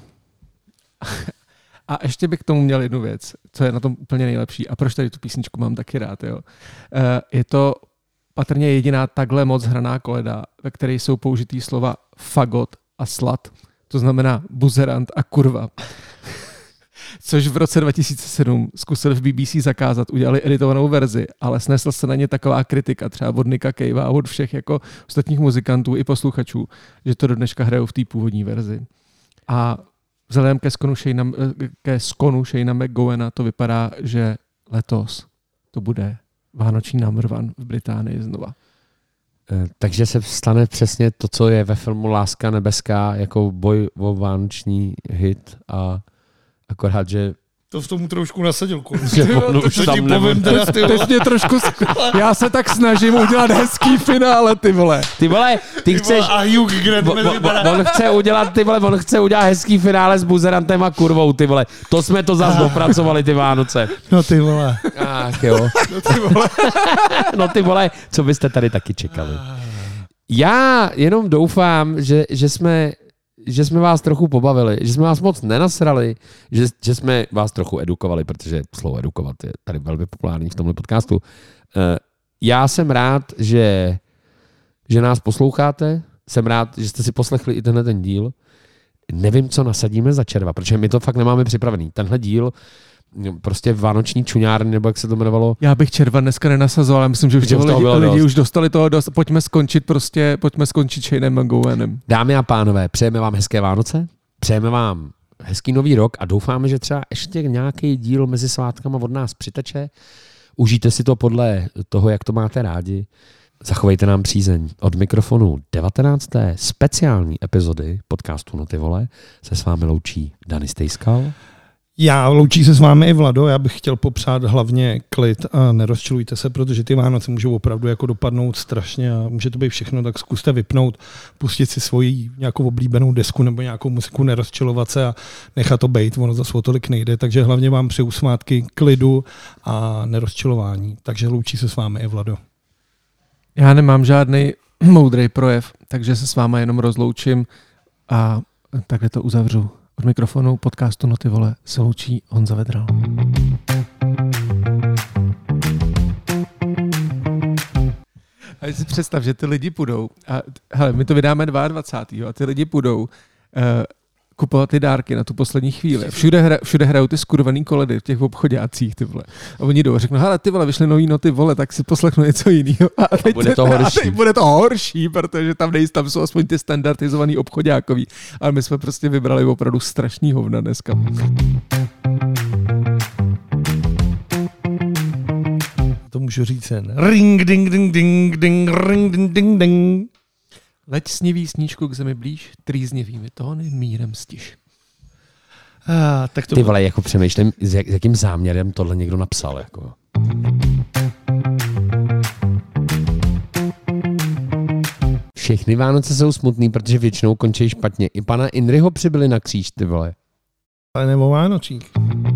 A ještě bych k tomu měl jednu věc, co je na tom úplně nejlepší a proč tady tu písničku mám taky rád. Jo? Je to patrně jediná takhle moc hraná koleda, ve které jsou použitý slova fagot a slut, to znamená buzerant a kurva. Což v roce dva tisíce sedm zkusili v B B C zakázat, udělali editovanou verzi, ale snesl se na ně taková kritika třeba od Nicka Cavea a od všech jako ostatních muzikantů i posluchačů, že to do dneška hrajou v té původní verzi. A vzhledem ke skonu Shayna, ke skonu Shayna McGowena to vypadá, že letos to bude vánoční number one v Británii znova. Takže se stane přesně to, co je ve filmu Láska nebeská, jako boj o vánoční hit a akorát, že to v tomu trošku nasadil kurz. To ti povím teda, ty vole. Teď mě trošku sk- Já se tak snažím udělat hezký finále, ty vole. Ty vole, ty, ty chceš... Vole, a Hugh Grant on, on, on chce udělat, ty vole, on chce udělat hezký finále s buzerantem a kurvou, ty vole. To jsme to zase dopracovali, ty Vánoce. No ty vole. Ach jo. No ty vole. No ty vole, co byste tady taky čekali. Já jenom doufám, že, že jsme... že jsme vás trochu pobavili, že jsme vás moc nenasrali, že, že jsme vás trochu edukovali, protože slovo edukovat je tady velmi populární v tomhle podcastu. Já jsem rád, že, že nás posloucháte. Jsem rád, že jste si poslechli i tenhle ten díl. Nevím, co nasadíme za červa, protože my to fakt nemáme připravený. Tenhle díl, prostě vánoční čuňárny, nebo jak se to jmenovalo. Já bych červa dneska nenasazoval, ale myslím, že už toho lidi, lidi už dostali toho dost. Pojďme skončit prostě, pojďme skončit Shaneem McGowanem. Dámy a pánové, přejeme vám hezké Vánoce, přejeme vám hezký nový rok a doufáme, že třeba ještě nějaký díl mezi svátkama od nás přiteče. Užijte si to podle toho, jak to máte rádi. Zachovejte nám přízeň. Od mikrofonu devatenácté speciální epizody podcastu No ty vole se s vámi loučí Dany Stejskal. Já loučí se s vámi i Vlado, já bych chtěl popřát hlavně klid a nerozčilujte se, protože ty Vánoce můžou opravdu jako dopadnout strašně a může to být všechno, tak zkuste vypnout, pustit si svoji nějakou oblíbenou desku nebo nějakou muziku, nerozčilovat se a nechat to bejt, ono zase o tolik nejde, takže hlavně vám přeju svátky klidu a nerozčilování, takže loučí se s vámi i Vlado. Já nemám žádný moudrý projev, takže se s váma jenom rozloučím a takhle to uzavřu. Od mikrofonu podcastu No ty vole se loučí Honza Vedral. A si představ, že ty lidi půjdou a hele, my to vydáme dvacátého druhého a ty lidi půjdou uh, kupovat ty dárky na tu poslední chvíli. Všude, hra, všude hrajou ty skurvený koledy v těch obchodácích, ty vole. A oni jdou a řeknou, hele, ty vole, vyšly nový No ty vole, tak si poslechnu něco jiného. A, teď, a bude to horší. A teď bude to horší, protože tam nejsou, tam jsou aspoň ty standardizovaný obchodákový. Ale my jsme prostě vybrali opravdu strašný hovna dneska. To můžu říct jen. Ring, ding, ding, ding, ding, ring, ding, ding, ding. Leď snivý sníčku k zemi blíž, trýznivými tóny mírem stiž. Ah, tak to ty vole, jako přemýšlím, s, jak, s jakým záměrem tohle někdo napsal. Jako. Všechny Vánoce jsou smutný, protože většinou končí špatně. I pana Inriho přibyli na kříž, ty vole. Ale nebo Vánočík.